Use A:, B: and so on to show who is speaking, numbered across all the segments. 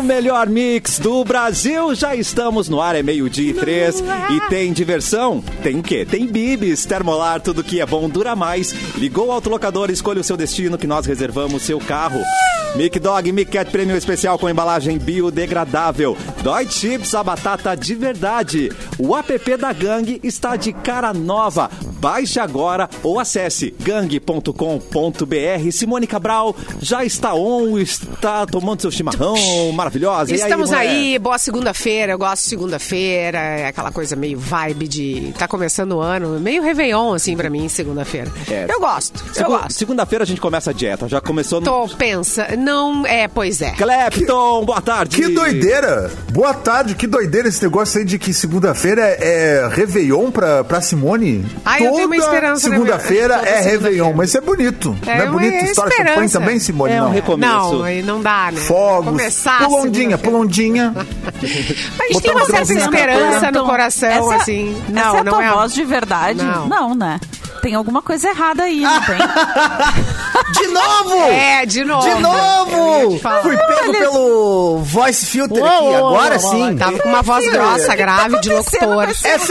A: O melhor mix do Brasil, já estamos no ar, é 12:03 e tem diversão? Tem o quê? Tem bibis, termolar, tudo que é bom dura mais. Ligou o autolocador, escolha o seu destino que nós reservamos seu carro. Mic Dog, Mic Cat Premium especial com embalagem biodegradável. Dói Chips, a batata de verdade. O app da Gang está de cara nova. Baixe agora ou acesse gang.com.br. Simone Cabral já está está tomando seu chimarrão maravilhosa.
B: Estamos aí, boa segunda-feira. Eu gosto de segunda-feira, é aquela coisa meio vibe de tá começando o ano, meio Réveillon assim pra mim, segunda-feira. Eu gosto.
A: Segunda-feira a gente começa a dieta, já começou
B: pois é.
A: Clapton, boa tarde.
C: Que doideira. Boa tarde, que doideira esse negócio aí de que segunda-feira é Réveillon pra Simone.
B: Eu tenho uma esperança.
C: Segunda-feira é Réveillon, mas isso é bonito. Não é bonito a história que você põe também, Simone?
A: É um recomeço.
B: Não, aí não dá, né?
C: Fogos, pulondinha.
B: A gente tem uma certa esperança no coração, assim.
D: Não é tua voz de verdade? Não, né? Tem alguma coisa errada aí, não tem?
E: De novo!
B: De novo.
E: De novo! Fui pego pelo voice filter aqui, agora sim.
B: Tava com uma voz grossa, grave, de locutor.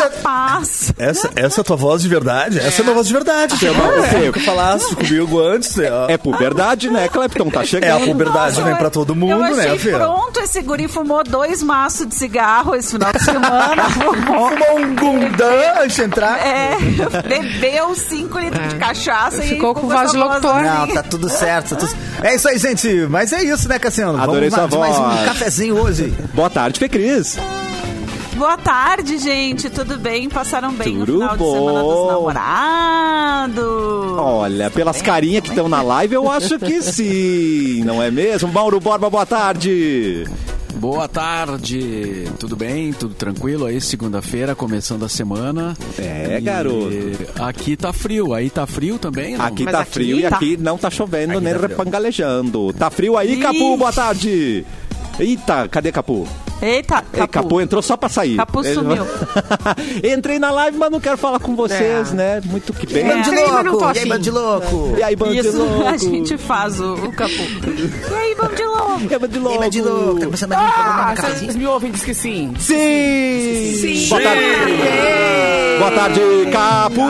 E: Essa é a tua voz de verdade? Essa é a minha voz de verdade. Eu que falasse comigo antes.
A: É puberdade, né, Clapton? Tá chegando.
E: A puberdade vem pra todo mundo,
D: eu achei
E: Fê?
D: Pronto, esse guri fumou 2 maços de cigarro esse final de semana.
E: Fumou um gundã antes de entrar.
D: Bebeu 5 litros de cachaça
B: ficou com voz de locutor.
E: Não, tá tudo certo. É isso aí, gente. Mas é isso, né, Cassiano?
A: Adorei sua voz.
E: Mais um cafezinho hoje.
A: Boa tarde, Fê Cris.
D: Boa tarde, gente. Tudo bem? Passaram bem
A: Tudo
D: no final de semana dos namorados?
A: Olha, pelas carinhas que estão na live, eu acho que sim. Não é mesmo? Mauro Borba, boa tarde.
F: Boa tarde, tudo bem? Tudo tranquilo aí? Segunda-feira, começando a semana.
A: Garoto.
F: Aqui tá frio, aí tá frio também? Não?
A: Aqui tá frio e aqui não tá chovendo nem repangalejando. Tá frio aí, Capu? Boa tarde. Eita, cadê Capu?
D: Eita,
A: Capu entrou só pra sair.
D: Capu sumiu.
A: Entrei na live, mas não quero falar com vocês, né? Muito que bem.
E: E aí, bando de louco?
A: E aí, bando de louco?
D: A gente faz o Capu. E aí, bando de louco?
A: E aí, bando de louco?
E: Tá começando a vir programa no
G: Vocês me ouvem? Diz que sim.
A: Sim! Boa tarde. Boa tarde, Capu!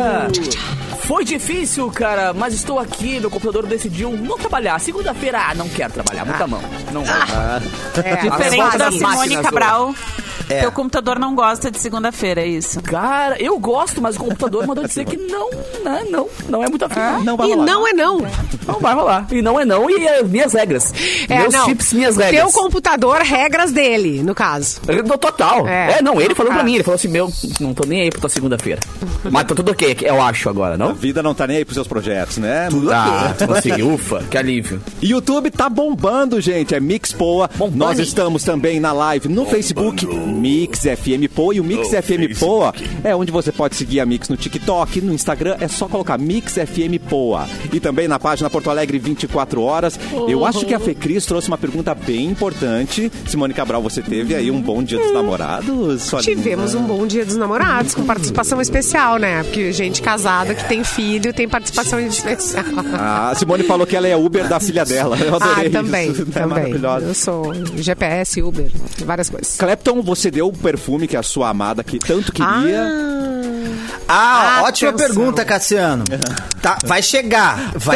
G: Foi difícil, cara, mas estou aqui, meu computador decidiu não trabalhar. Segunda-feira, não quero trabalhar, muita mão. Não vai.
D: Diferente da Simone Cabral.
E: É.
D: Teu computador não gosta de segunda-feira, é isso?
G: Cara, eu gosto, mas o computador mandou dizer que não é muito afim.
A: Não vai
B: E
A: rolar.
B: não é não.
G: Não vai rolar. E não é não, e minhas regras. Meus chips, minhas regras.
B: Teu computador, regras dele, no caso.
G: No total. Ele falou pra mim, ele falou assim, não tô nem aí pra tua segunda-feira. Mas tá tudo ok, eu acho agora, não?
A: A vida não tá nem aí pros seus projetos, né?
E: Tudo ok.
G: Consegui, ufa, que alívio.
A: YouTube tá bombando, gente. É Mix Poa. Nós estamos também na live no Facebook, Mix FM Poa. E o Mix FM Poa é onde você pode seguir a Mix no TikTok, no Instagram. É só colocar Mix FM Poa. E também na página Porto Alegre 24 horas. Eu acho que a Fê Cris trouxe uma pergunta bem importante. Simone Cabral, você teve aí um bom dia dos namorados?
B: Tivemos um bom dia dos namorados, com participação especial, né? Porque gente casada que tem filho tem participação especial.
A: A Simone falou que ela é Uber da filha dela. Eu adorei
B: também,
A: isso.
B: também.
A: É maravilhosa.
B: Eu sou GPS, Uber, várias coisas.
A: Clapton, você deu o perfume que a sua amada que tanto queria.
E: Ótima pergunta, Cassiano. Tá, vai chegar. Não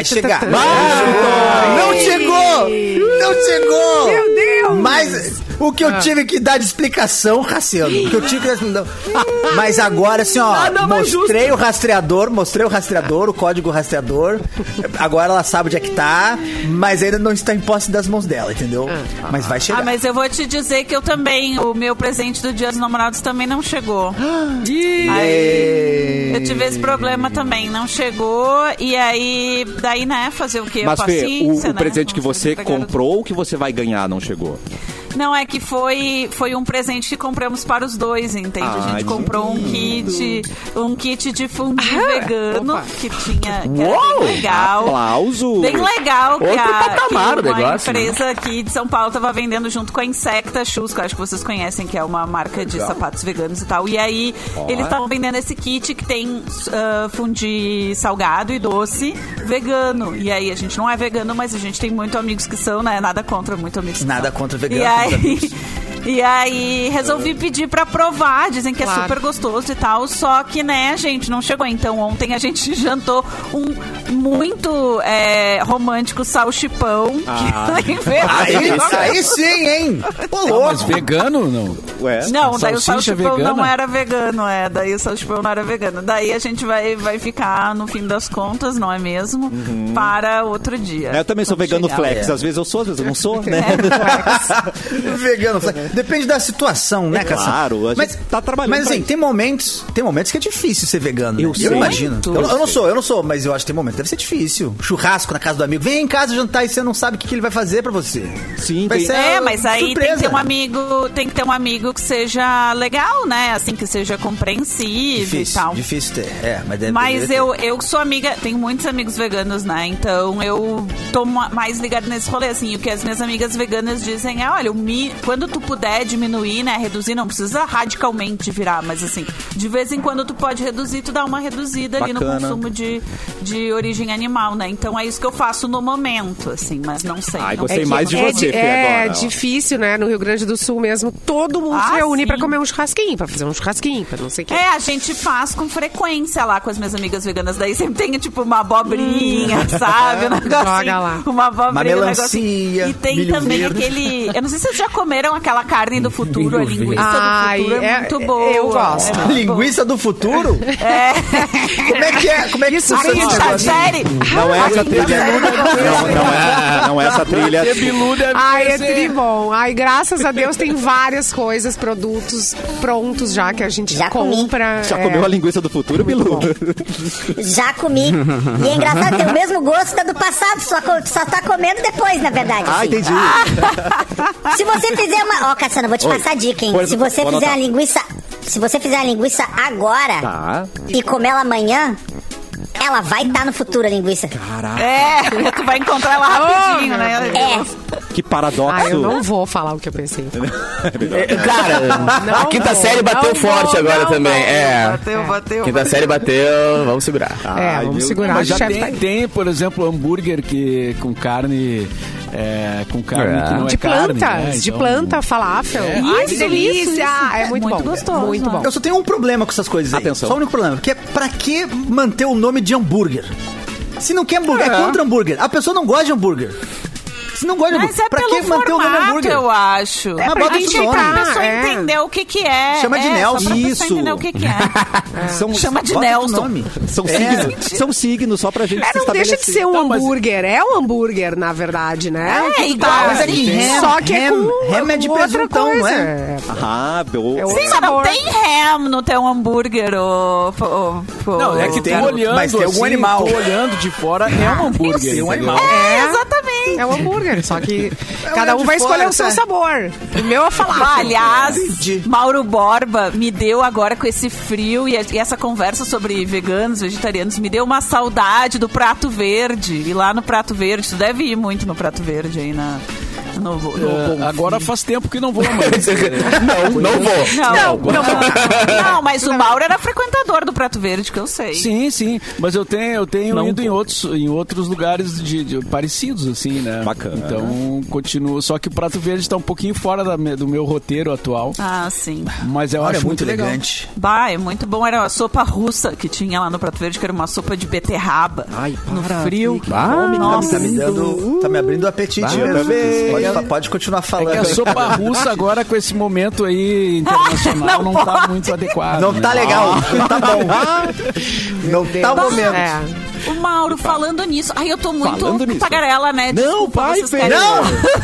E: chegou!
B: Meu Deus!
E: Mas o que eu tive que dar de explicação, Cassiano, mas agora, assim, mostrei o rastreador, o código rastreador. Agora ela sabe onde é que tá, mas ainda não está em posse das mãos dela, entendeu? Mas vai chegar.
D: Mas eu vou te dizer que eu também, o meu presente do Dia dos Namorados também não chegou. Aí, eu tive esse problema também, não chegou, e aí, daí, né, fazer o quê?
A: Mas, Fê, o
D: né?
A: presente que você comprou ou que você vai ganhar não chegou?
D: Não, é que foi um presente que compramos para os dois, entende? A gente comprou um kit de fondue vegano que tinha que era bem legal.
A: Aplauso!
D: Bem legal que
H: patamar,
D: uma
H: negócio,
D: empresa aqui de São Paulo estava vendendo junto com a Insecta Shoes, que eu acho que vocês conhecem, que é uma marca de sapatos veganos e tal. E aí eles estavam vendendo esse kit que tem fondue salgado e doce vegano. E aí a gente não é vegano, mas a gente tem muitos amigos que são, né? Nada contra, muito amigos que
E: Nada
D: são.
E: contra vegano.
D: E aí resolvi pedir pra provar, dizem que é super gostoso e tal, só que, né, gente, não chegou. Então ontem a gente jantou um muito romântico salchipão.
E: Aí sim, hein? Pô, louco.
F: Mas vegano, não?
A: Ué?
D: Não, daí o salchipão
F: vegana?
D: não era vegano, daí o salchipão não era vegano. Daí a gente vai ficar, no fim das contas, não é mesmo? Para outro dia.
A: Eu também sou vegano flex. Às vezes eu sou, às vezes eu não sou, né?
E: Vegano flex. Depende da situação, né, Cassiano?
A: Claro, a gente tá trabalhando.
E: Mas assim, tem momentos que é difícil ser vegano.
A: Eu
E: né?
A: sei.
E: Eu imagino. Eu não sou, mas eu acho que tem momentos. Deve ser difícil. Churrasco na casa do amigo. Vem em casa jantar e você não sabe o que ele vai fazer pra você.
A: Sim,
E: vai ser
D: mas aí
E: surpresa.
D: tem que ter um amigo que seja legal, né? Assim, que seja compreensível e tal.
E: Difícil ter.
D: Mas eu sou amiga, tenho muitos amigos veganos, né? Então eu tô mais ligada nesse rolê, assim. E o que as minhas amigas veganas dizem é, olha, quando tu puder diminuir, né? Reduzir, não precisa radicalmente virar, mas assim, de vez em quando tu pode reduzir, tu dá uma reduzida ali no consumo de origem animal, né? Então é isso que eu faço no momento, assim, mas não sei.
A: Ai, gostei mais de você, Fê,
B: É
A: agora.
B: difícil, né? No Rio Grande do Sul mesmo, todo mundo se reúne
D: sim.
B: pra comer um churrasquinho, pra fazer um churrasquinho, pra não sei o quê.
D: A gente faz com frequência lá com as minhas amigas veganas. Daí sempre tem, tipo, uma abobrinha, sabe? Um negocinho,
B: Joga lá.
D: uma abobrinha,
E: uma melancia,
D: E tem
E: milho
D: também
E: verde.
D: aquele... Eu não sei se vocês já comeram aquela carne do futuro, a linguiça do futuro é muito boa.
B: Eu gosto.
D: É muito
E: Linguiça do futuro? Como é que
B: Isso
E: funciona
B: aí,
E: esse
D: boa.
E: negócio?
D: Série.
A: Não é essa trilha. Não é essa trilha.
B: Ai, é tribom. Ai, graças a Deus tem várias coisas, produtos prontos já que a gente
I: Já comi.
B: compra.
A: Já comeu a linguiça do futuro, Bilu?
I: Já comi. E é engraçado, tem o mesmo gosto da do passado, só tá comendo depois, na verdade.
A: Ah,
I: assim.
A: entendi.
I: Se você fizer uma... Ó, Cassiano, eu vou te passar a dica, hein?
A: Pois,
I: Se você
A: vou
I: fizer
A: anotar.
I: a linguiça... Se você fizer a linguiça agora
A: Tá.
I: e comer ela amanhã, ela vai estar no futuro, a linguiça.
A: Caraca,
D: Tu vai encontrar ela rapidinho, né?
A: que paradoxo.
B: Ah, eu não vou falar o que eu pensei.
H: Cara, a quinta série bateu forte agora também.
D: Bateu.
H: Quinta série bateu, vamos segurar.
B: Vamos segurar.
F: Mas
B: o
F: já
B: chefe tá aí.
F: tem, por exemplo, hambúrguer com carne... com carne que não
B: De
F: é carne,
B: plantas,
F: né?
B: de
F: Então,
B: planta, falafel. Ai, que delícia! É muito bom.
D: gostoso.
B: Muito bom.
E: Eu só tenho um problema com essas coisas aí.
A: Atenção.
E: Só o único problema. Que é pra que manter o nome de hambúrguer? Se não quer hambúrguer, é contra hambúrguer. A pessoa não gosta de hambúrguer. Se não gosta de
D: Mas
E: hambúrguer,
D: é
E: pra
D: pelo
E: que manter o nome
D: formato,
E: hambúrguer?
D: eu acho.
E: Mas
B: pra
E: bota
B: gente
E: esse nome.
B: entrar.
D: Pra pessoa
B: É.
D: entender o que é.
E: Chama de
D: Só
E: Nelson.
D: pra pessoa
A: Isso.
D: entender o que é.
B: Chama de
E: Bota
B: Nelson.
E: o nome.
A: São signos só pra gente se
B: Não deixa de
A: estabelecer.
B: ser um
F: Não, mas-
B: hambúrguer. É um hambúrguer, na verdade, né?
D: É igual,
E: mas é que ham-
B: Só que é
E: ham-
B: com
E: ham é de
B: outra
E: presuntão,
B: coisa.
E: não é?
A: Ah,
B: É outro
D: Sim, mas não
B: sabor.
D: tem ham no teu hambúrguer,
F: Não, é que
E: Tem-
F: tu olhando
E: mas tem algum
F: assim,
E: animal.
F: tu olhando de fora é um hambúrguer.
E: Tem um
F: entendeu?
E: animal.
D: Exatamente.
B: É um hambúrguer, só que cada
E: olhar
B: um
E: de
B: vai
E: fora,
B: escolher o seu
E: tá?
B: sabor. O meu é falar.
D: Aliás,
E: Entendi.
D: Mauro Borba me deu agora com esse frio e essa conversa sobre veganos, vegetarianos, me deu uma saudade do Prato Verde. E lá no Prato Verde, tu deve ir muito no Prato Verde aí no
F: Agora faz tempo que não vou mais.
H: Não vou.
D: Não, mas o Mauro era frequentador do Prato Verde, que eu sei.
F: Sim, mas eu tenho
H: Não
F: ido
H: vou.
F: em outros lugares de parecidos, assim, né?
A: Bacana.
F: Então, continuo. Só que o Prato Verde tá um pouquinho fora do meu roteiro atual.
D: Ah, sim.
F: Mas eu
E: Olha,
F: acho
E: muito
F: legal.
E: elegante.
D: Bah, é muito bom. Era a sopa russa que tinha lá no Prato Verde, que era uma sopa de beterraba.
A: Ai,
D: no
A: para,
D: frio.
E: Nossa, tá me abrindo o apetite.
A: eu
E: mesmo.
A: também.
E: Pode continuar
F: É
E: falando.
F: que a sopa russa agora, com esse momento aí internacional, não tá muito adequado.
E: Não
F: né?
E: tá legal. Não tá bom. Não tá o momento.
B: É.
D: O Mauro, falando nisso. Ai, eu tô muito
A: Falando nisso.
D: tagarela, né?
A: Não,
D: Desculpa,
A: vai,
D: vocês
A: Fê.
D: querem-
E: Não!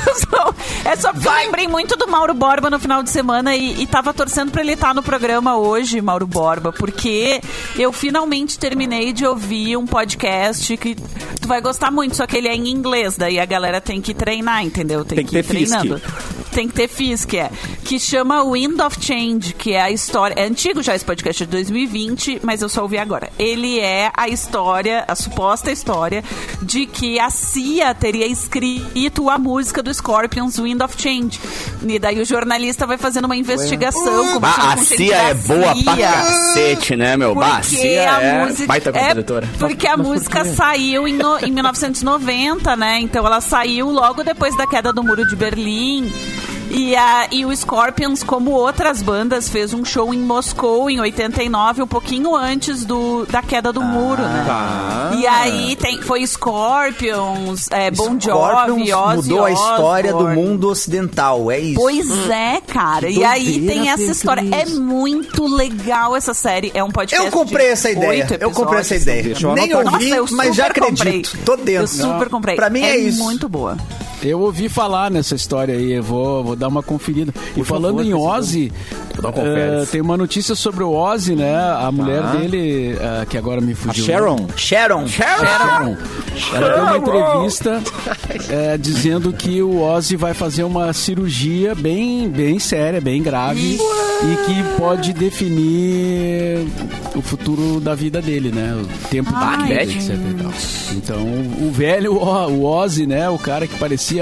D: É só porque eu lembrei muito do Mauro Borba no final de semana e tava torcendo pra ele estar no programa hoje, Mauro Borba, porque eu finalmente terminei de ouvir um podcast que tu vai gostar muito, só que ele é em inglês, daí a galera tem que treinar, entendeu?
A: Tem que ter
D: ir treinando. tem que ter Fizz, que chama Wind of Change, que é a história... É antigo já esse podcast, de 2020, mas eu só ouvi agora. Ele é a história, a suposta história de que a Cia teria escrito a música do Scorpions, Wind of Change. E daí o jornalista vai fazendo uma investigação.
H: A Cia é boa pra cacete, né, meu? A Cia é baita compositora.
D: Porque a música saiu em 1990, né? Então ela saiu logo depois da queda do Muro de Berlim. E o Scorpions, como outras bandas, fez um show em Moscou em 89, um pouquinho antes da queda do muro, né? E aí foi Scorpions, Bon Jovi, Ozzy
E: mudou a história
D: Osbourne.
E: do mundo ocidental, é isso.
D: Pois é, cara. E aí tem essa história. É muito legal essa série. É um podcast.
E: Eu comprei essa ideia. Nem ouvi, mas já acredito. Tô dentro.
D: Eu super comprei.
E: Pra mim é isso.
D: Muito boa.
F: Eu ouvi falar nessa história aí, eu vou dar uma conferida. E falando em Ozzy, tem uma notícia sobre o Ozzy, né? A mulher dele, que agora me fugiu.
E: Sharon.
F: Ela deu uma entrevista dizendo que o Ozzy vai fazer uma cirurgia bem séria, bem grave, e que pode definir o futuro da vida dele, né? O tempo de vida, etc. E tal. Então, o Ozzy, né? O cara que parecia...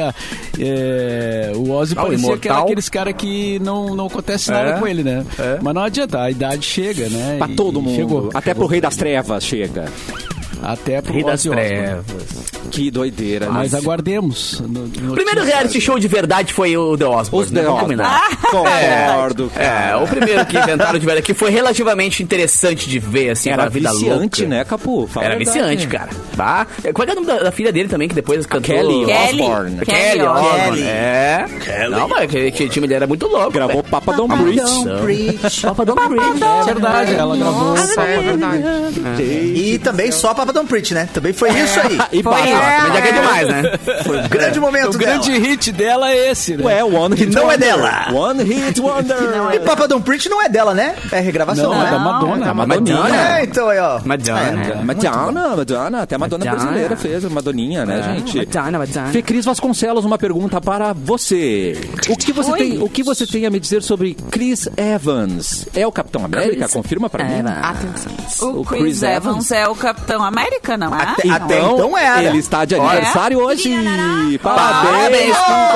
F: o Ozzy parecia aqueles caras que não acontece nada com ele, né? Mas não adianta, a idade chega, né?
A: Pra todo mundo.
F: Chegou.
A: Até pro Rei das Trevas chega.
F: Até pro
H: Rei das
F: Ozzy Osbourne.
H: Trevas.
A: Que doideira.
F: Mas aguardemos.
H: O primeiro reality show de verdade foi o The Osbourne.
A: Os The Osbourne. Concordo, cara.
H: O primeiro que inventaram de verdade, que foi relativamente interessante de ver, assim,
A: Era
H: a vida
A: viciante,
H: louca.
A: né, Capu? Fala
H: Era
A: a verdade.
H: viciante, cara. Bah. Qual é o nome da filha dele também, que depois cantou?
A: Kelly Osbourne.
H: Kelly Osbourne. Não, mas aquele time dele era muito louco.
A: Gravou Papa Don't Preach.
H: Papa Don't Preach.
F: É verdade, ela gravou.
B: É verdade.
E: E também só Papa Don't Preach, né? Também foi isso aí.
A: E
B: Foi
A: Papa.
B: ela.
H: Já que é demais, né?
E: Foi um grande momento
F: O
E: dela.
F: grande hit dela é esse, né?
A: Ué, One Hit
E: não é
A: Wonder.
E: dela.
A: One Hit Wonder.
E: E Papa Don't Preach não é dela, né? É regravação,
F: Não,
E: né?
F: é da Madonna.
A: Da Madonna.
E: Então aí, ó.
A: Madonna. Até a Madonna brasileira fez, Madoninha, né, gente? Fê Cris Vasconcelos, uma pergunta para você. O que você tem a me dizer sobre Chris Evans? É o Capitão América? Confirma pra mim.
B: Atenção.
D: O Chris Evans é o Capitão América, não é?
E: Até então era.
A: Ele está de aniversário hoje.
E: Parabéns,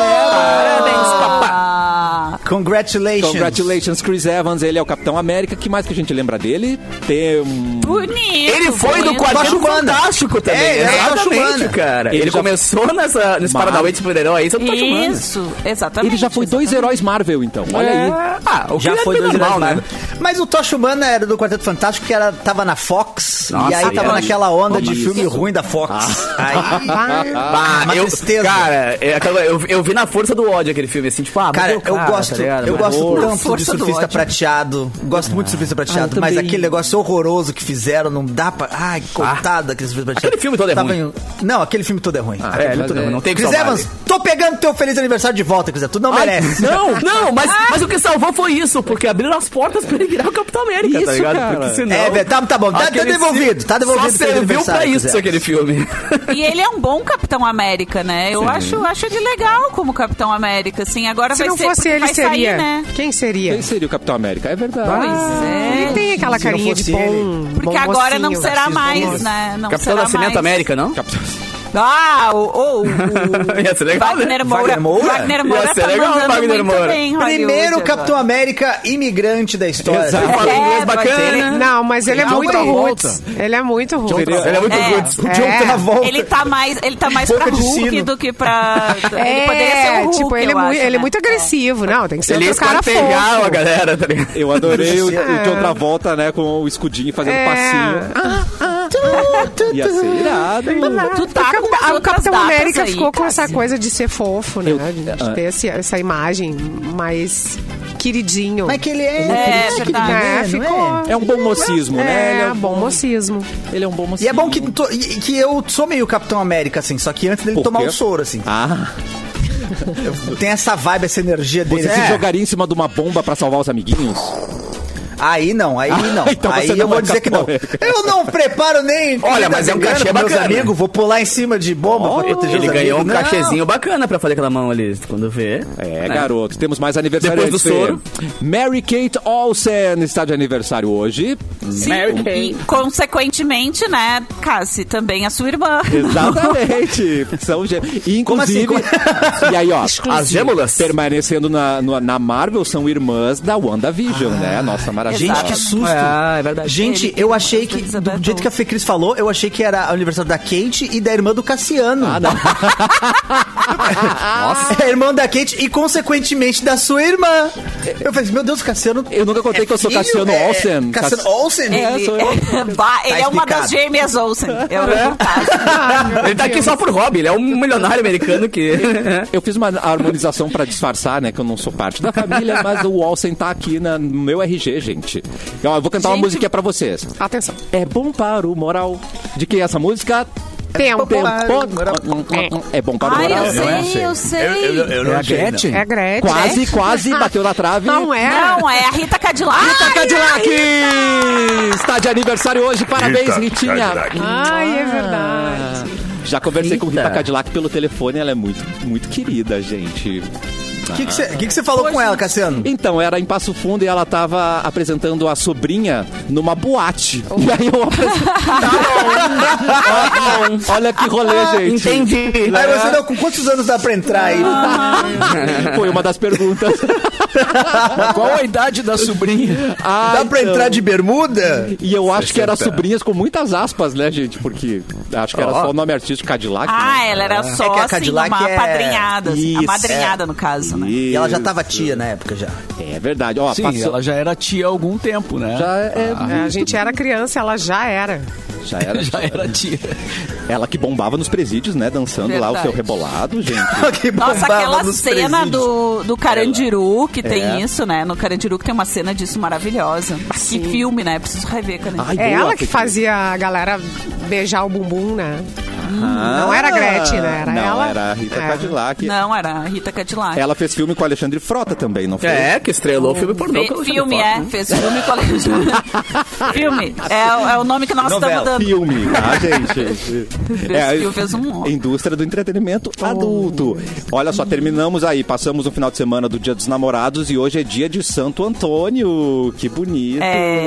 D: papá.
E: Congratulations,
A: Chris Evans. Ele é o Capitão América. O que mais que a gente lembra dele?
D: Bonito.
H: Ele foi do Quarteto Fantástico também. Exatamente, cara. Ele começou nesse Paranauê de super-herói aí,
D: Isso, exatamente.
A: Ele já foi 2 heróis Marvel, então. Olha aí.
H: O
E: Já foi 2
H: normal,
E: heróis, né? Mas o Tocha Humana era do Quarteto Fantástico, que tava na Fox,
H: Nossa,
E: e aí tava naquela onda de
A: Isso.
E: filme ruim da Fox. Uma
H: eu,
E: tristeza.
H: cara, eu vi na força do ódio aquele filme, assim, tipo,
E: Cara,
H: mas
E: eu gosto tanto de
D: Força do
E: Surfista
D: ódio.
E: Prateado. Gosto muito de Surfista Prateado, mas aquele negócio horroroso que fizeram, não dá pra... Ai, coitado daquele Surfista Prateado.
H: Aquele filme todo é ruim.
E: Não, aquele filme todo é ruim.
H: Não tem o que
E: Chris
H: salvar.
E: Evans, tô pegando teu feliz aniversário de volta, Chris Evans. Tu não merece.
H: Não, mas o que salvou foi isso, porque abriram as portas pra ele virar o Capitão América, tá
A: Isso,
H: ligado?
A: cara.
H: Porque senão...
E: Tá bom, tá
H: aquele
E: devolvido. Tá devolvido.
H: Só
E: pelo
H: serviu
E: aniversário,
H: pra
E: Chris
H: isso
E: Evans.
H: aquele filme.
D: E ele é um bom Capitão América, né? Eu acho ele legal como Capitão América, assim. Agora
B: Se
D: vai
B: não
D: ser,
B: fosse
D: porque
B: ele,
D: vai sair,
B: seria.
D: né?
B: Quem seria?
A: Quem seria o Capitão América? É verdade.
D: Pois é.
B: Ele tem aquela
E: Se não
B: carinha de
E: fosse
B: bom.
D: Porque
B: bom
D: agora não
B: mocinho.
D: será mais,
E: moço.
D: né? Não
H: Capitão
D: será
H: Nascimento
D: mais.
H: América, não?
D: O
H: Ia ser legal, né?
D: Wagner Moura.
E: Wagner
H: Moura? Ia ser legal,
D: mandando
H: Wagner
D: muito
H: Moura.
D: bem em Hollywood
E: Primeiro
D: agora.
E: Capitão América imigrante da história.
A: Exato.
H: Fala inglês
D: vai
H: bacana.
D: ter.
B: Não, mas ele é
F: John
B: muito
F: Travolta.
B: roots. Ele é muito roots.
H: Ele é muito good.
E: O John Travolta.
D: Ele tá mais
E: Boca
D: pra
E: de
D: Hulk
E: sino.
D: do que pra... Ele poderia ser o Hulk,
B: tipo, ele,
D: eu acho,
B: ele é
D: né?
B: muito agressivo. Não, tem que ser
H: Ele ia
B: outro cara
H: esquartejar
B: fofo.
H: a galera, tá ligado?
A: Eu adorei o John Travolta, né, com o escudinho fazendo passinho. Ia ser irado.
D: Tu tá com as
B: O
D: outras
B: Capitão
D: datas
B: América
D: aí,
B: ficou com essa
D: Cássio.
B: coisa de ser fofo, né? De ter essa imagem mais queridinho.
E: Mas que ele é...
D: É,
E: ele
D: verdade.
B: É,
E: não
B: ficou.
A: É um bom mocismo, né? Ele
B: É, bom mocismo.
A: Ele é um bom
E: E
A: mocismo.
E: é bom que eu sou meio Capitão América, assim, só que antes dele
A: Por
E: tomar
A: quê?
E: o soro, assim.
A: Ah,
E: Tem essa vibe, essa energia dele.
A: você se jogaria em cima de uma bomba pra salvar os amiguinhos?
E: Aí não.
A: Então
E: aí
A: você
E: eu
A: não
E: vou
A: é
E: dizer que não. Eu não preparo nem.
H: Olha, mas é um cachê
E: meus
H: bacana.
E: amigos, vou pular em cima de bomba pra proteger
H: Ele
E: os
H: ganhou um
E: amigos.
H: cachezinho bacana pra fazer aquela mão ali, quando vê.
A: Garoto. Temos mais aniversário.
H: Depois do soro.
A: Mary-Kate Olsen está de aniversário hoje.
D: Sim, e consequentemente, né, Cassi, também a sua irmã.
A: Exatamente. São e inclusive...
E: Como assim?
A: E aí, ó,
H: As gêmeas
A: permanecendo na Marvel, são irmãs da WandaVision, né? Nossa maravilha.
E: Gente, que susto.
H: É verdade.
E: Gente, eu achei que, do jeito que a Fê Cris falou, eu achei que era o aniversário da Kate e da irmã do Cassiano.
A: Ah, não.
E: Nossa. É a irmã da Kate e, consequentemente, da sua irmã. Eu falei, meu Deus, Cassiano...
A: Eu nunca contei que eu sou
E: filho?
A: Cassiano Olsen.
E: Cassiano Olsen?
A: Sou eu.
D: Ele é uma das gêmeas Olsen. É o caso.
H: Ele tá aqui só por hobby, ele é um milionário americano que...
A: Eu fiz uma harmonização pra disfarçar, né? Que eu não sou parte da família, mas o Olsen tá aqui no meu RG, gente. Então, eu vou cantar uma musiquinha pra vocês.
B: Atenção.
A: É bom para o moral. De quem é essa música?
B: Tempo.
A: É bom para o
D: Ai,
A: moral.
D: eu sei.
C: Eu não
F: É a
C: sei, não.
F: Gretchen?
B: É a Gretchen.
A: Quase bateu na trave.
B: Não é?
D: Não, é a Rita Cadillac.
A: Rita Cadillac! Está de aniversário hoje. Parabéns,
C: Rita
A: Ritinha.
C: Cadillac.
B: Ai, é verdade.
A: Já conversei com
H: Rita.
A: Rita Cadillac pelo telefone. Ela é muito, muito querida, gente.
E: O que você falou com ela, Cassiano?
A: Então, era em Passo Fundo e ela tava apresentando a sobrinha numa boate. E aí eu Olha que rolê, gente.
H: Entendi.
E: Aí você deu, com quantos anos dá pra entrar aí?
A: Foi uma das perguntas.
F: Mas qual a idade da sobrinha?
E: Dá pra entrar de bermuda?
A: E eu acho que era sobrinhas com muitas aspas, né, gente? Porque acho que era só o nome artístico Cadillac.
D: Ah,
A: né?
D: ela era só,
E: que a
D: assim,
E: Cadillac
D: uma
E: é-
D: padrinhada. Assim,
A: Isso.
D: amadrinhada, no caso, né?
E: E ela já tava tia na época, já.
A: É verdade. Ó,
F: Sim,
A: passou-
F: ela já era tia há algum tempo, né?
A: já
B: A gente era criança, ela já era.
A: era.
F: Já era tia.
A: Ela que bombava nos presídios, né? Dançando lá o
D: Verdade.
A: seu rebolado, gente.
E: Que
D: Nossa,
E: bombava
D: aquela
E: nos
D: cena
E: presídios.
D: do Carandiru, que tem
A: É.
D: isso, né? No Carandiru que tem uma cena disso maravilhosa. Que filme, né? Preciso rever, Carandiru.
A: Ai,
B: É
A: boa,
B: ela que
A: Fê.
B: fazia a galera beijar o bumbum, né? Não era a Gretchen, né? Era
A: não,
B: ela.
A: era a Rita
B: É.
A: Cadillac.
D: Não, era a Rita Cadillac.
A: Ela fez filme com o Alexandre Frota também, não foi?
H: É, que estrelou o filme pornô. pelo
D: Filme,
H: Alexandre Frota,
D: fez filme com a Filme, é o nome que nós
E: Novela.
D: estamos dando.
A: Filme, tá, gente?
D: Fez um...
A: Indústria do entretenimento adulto. Olha só, terminamos aí. Passamos o final de semana do Dia dos Namorados e hoje é dia de Santo Antônio. Que bonito.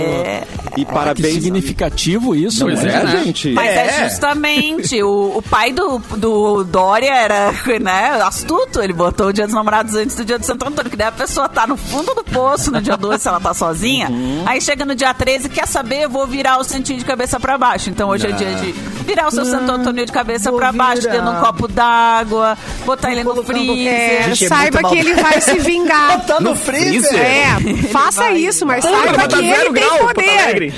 A: E
F: Que
A: parabéns.
F: significativo isso,
A: Não
F: né?
A: é, gente?
D: Mas é justamente, o pai do Dória era, né, astuto, ele botou o Dia dos Namorados antes do Dia de Santo Antônio, que daí a pessoa tá no fundo do poço no dia 12, se ela tá sozinha, aí chega no dia 13, quer saber, eu vou virar o santinho de cabeça pra baixo, então hoje é dia de virar o seu Santo Antônio de cabeça pra baixo,
E: virar.
D: dentro de um copo d'água, botar ele no freezer.
E: Gente, é
B: Saiba
E: muito
B: que ele vai se vingar.
E: Tá no freezer?
B: Faça
D: vai.
B: isso, mas
H: Porra,
B: saiba
H: vai
B: que
H: dar
B: ele
H: 0
B: tem
H: grau, Porto
B: poder.
H: Alegre.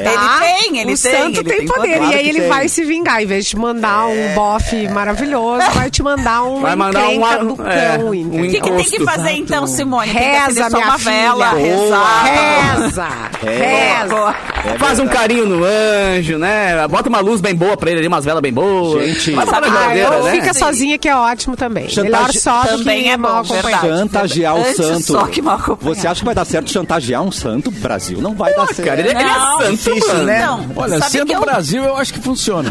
D: Ele
B: O santo tem poder.
A: Claro
B: E aí
A: que
B: ele
A: tem.
B: vai se vingar. Em vez de te mandar um bofe maravilhoso, vai te mandar um
H: Vai mandar
B: encrenca do cão,
H: um
B: entendeu?
D: O que tem que
H: encosto.
D: fazer então, Simone? Tem que
B: Reza,
D: acender só
B: minha
D: uma vela,
B: filha.
D: rezar.
B: Reza.
H: Faz um carinho no anjo, né? Bota uma luz bem boa pra ele ali, umas velas bem boas.
A: Gente.
H: Vai botar na
B: Ah,
H: geladeira,
B: eu
H: né?
B: fica sozinha que é ótimo também. Melhor só do
D: também
B: que
D: é
B: mal
D: bom, verdade.
B: acompanhado.
A: Chantagear o
D: Antes
A: santo.
D: só que mal acompanhado.
A: Você acha que vai dar certo chantagear um santo? Brasil não vai dar certo.
H: Cara, ele é
D: Não,
H: santo,
E: difícil,
H: mano.
E: né?
D: Então,
F: Olha,
D: sabe
F: sendo
D: que
F: o Brasil, eu acho que funciona.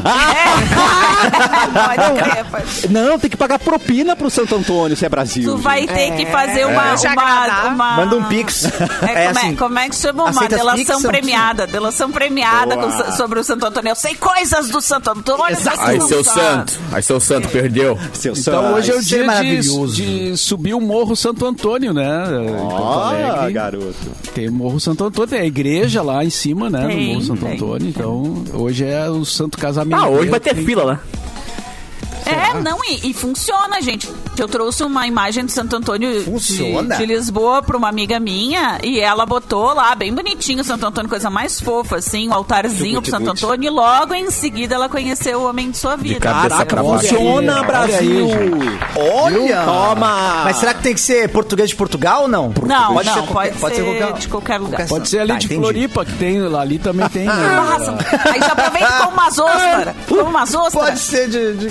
D: Pode crer, pode.
A: Não, tem que pagar propina pro Santo Antônio, se é Brasil.
D: Tu vai ter que fazer
B: Hoje agradar.
D: uma...
E: Manda um pix.
D: Como é que chama? Uma
E: aceita as
D: delação
E: pix,
D: premiada. Delação premiada sobre o Santo Antônio. Eu sei coisas do Santo Antônio.
H: Ai, seu santo. Ai, seu santo, perdeu.
A: Seu
F: Então
A: santo.
F: hoje é o
E: isso é
F: dia
E: maravilhoso.
F: de subir o Morro Santo Antônio, né? Em Porto Alegre.
A: Garoto.
F: Tem o Morro Santo Antônio, tem a igreja lá em cima, né?
D: Tem,
F: no Morro Santo
D: tem.
F: Antônio. Então, hoje é o Santo Casamento.
H: Ah, hoje vai ter fila lá.
D: Não, e funciona, gente. Eu trouxe uma imagem de Santo Antônio
E: Funciona?
D: de Lisboa pra uma amiga minha e ela botou lá, bem bonitinho, o Santo Antônio, coisa mais fofa, assim, um altarzinho pro Santo Antônio, e logo em seguida ela conheceu o homem de sua vida.
H: cabeça pra baixo.
A: Funciona,
F: Olha
A: Brasil.
F: aí,
E: Olha!
A: Toma.
E: Mas será que tem que ser português de Portugal ou não?
D: Não,
E: Pode
D: não,
E: ser
D: pode
E: qualquer-
D: ser de qualquer lugar.
F: Pode ser ali
E: Tá,
F: de
E: entendi.
F: Floripa, que tem lá, ali também tem, né?
D: Nossa, aí já aproveita com umas ostras. Com umas ostras.
E: Pode ser de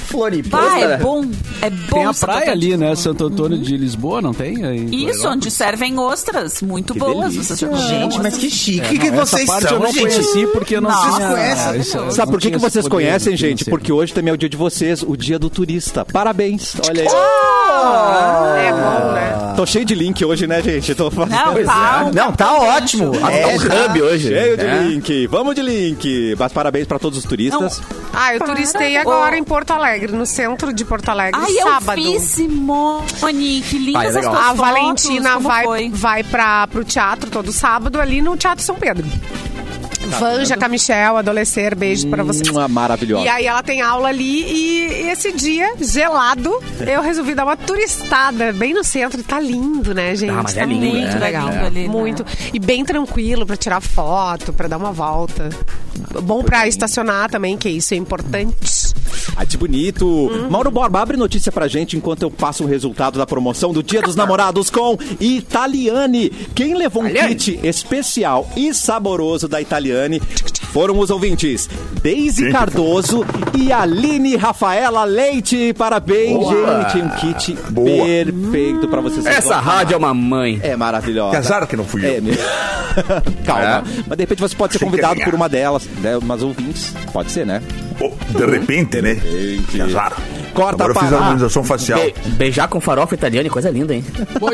E: Floripa.
D: É bom. É bom.
F: Tem a
D: Santo
F: praia
D: Antônio
F: ali,
D: de
F: né?
D: Lisboa.
F: Santo Antônio de Lisboa, não tem?
D: Isso, onde servem ostras muito boas.
A: delícia.
D: Vocês já comeram
E: Gente, mas
D: ostras?
E: que chique que
F: Essa
E: vocês
F: parte eu
E: são,
F: não
E: gente.
F: conheci porque eu não
D: Nossa,
F: tinha...
E: conhece?
F: isso,
A: Sabe por que
F: não tinha
A: vocês
F: esse poder
A: conhecem, gente?
F: financeiro.
A: Porque hoje também é o dia de vocês, o dia do turista. Parabéns. Olha aí.
B: É bom, né?
A: Tô cheio de link hoje, né, gente? Tô fazendo...
D: Não, tá.
E: Não, tá ótimo.
H: É um hub hoje.
A: Cheio de
H: né?
A: link. Vamos de link. Mas parabéns pra todos os turistas.
B: Eu turistei agora em Porto Alegre, no centro de Porto Alegre,
D: Ai,
B: sábado.
D: eu vi, Simone. Que lindas as
H: legal.
D: tuas
B: A
D: fotos.
B: Valentina
D: Como foi?
B: vai pro teatro todo sábado, ali no Teatro São Pedro. Vanja, Camichel, Adolescer, beijo pra vocês.
A: Uma maravilhosa.
B: E aí ela tem aula ali e esse dia, gelado, eu resolvi dar uma turistada bem no centro. E tá lindo, né, gente?
H: Ah, mas
B: tá
H: é lindo,
B: muito
H: né?
B: legal.
D: É lindo ali, né?
B: Muito. E bem tranquilo pra tirar foto, pra dar uma volta. Bom pra estacionar também, que isso é importante.
A: Ai, que bonito. Mauro Borba, abre notícia pra gente enquanto eu passo o resultado da promoção do Dia dos Namorados com Italiane. Quem levou um kit especial e saboroso da Italiane foram os ouvintes Deise Cardoso e Aline Rafaela Leite. Parabéns, gente. Um kit perfeito pra vocês.
H: Essa rádio é uma mãe.
A: é maravilhosa.
C: Que azar que não fui eu.
A: Calma. Mas de repente você pode ser
C: Achei que
A: convidado
C: ia
A: por
C: ganhar.
A: uma delas, né? Umas ouvintes. Pode ser, né?
C: Oh, de repente, né? Que azar.
A: Corta
C: Agora eu fiz a harmonização facial.
H: Beijar com farofa italiana, coisa linda, hein?
F: Foi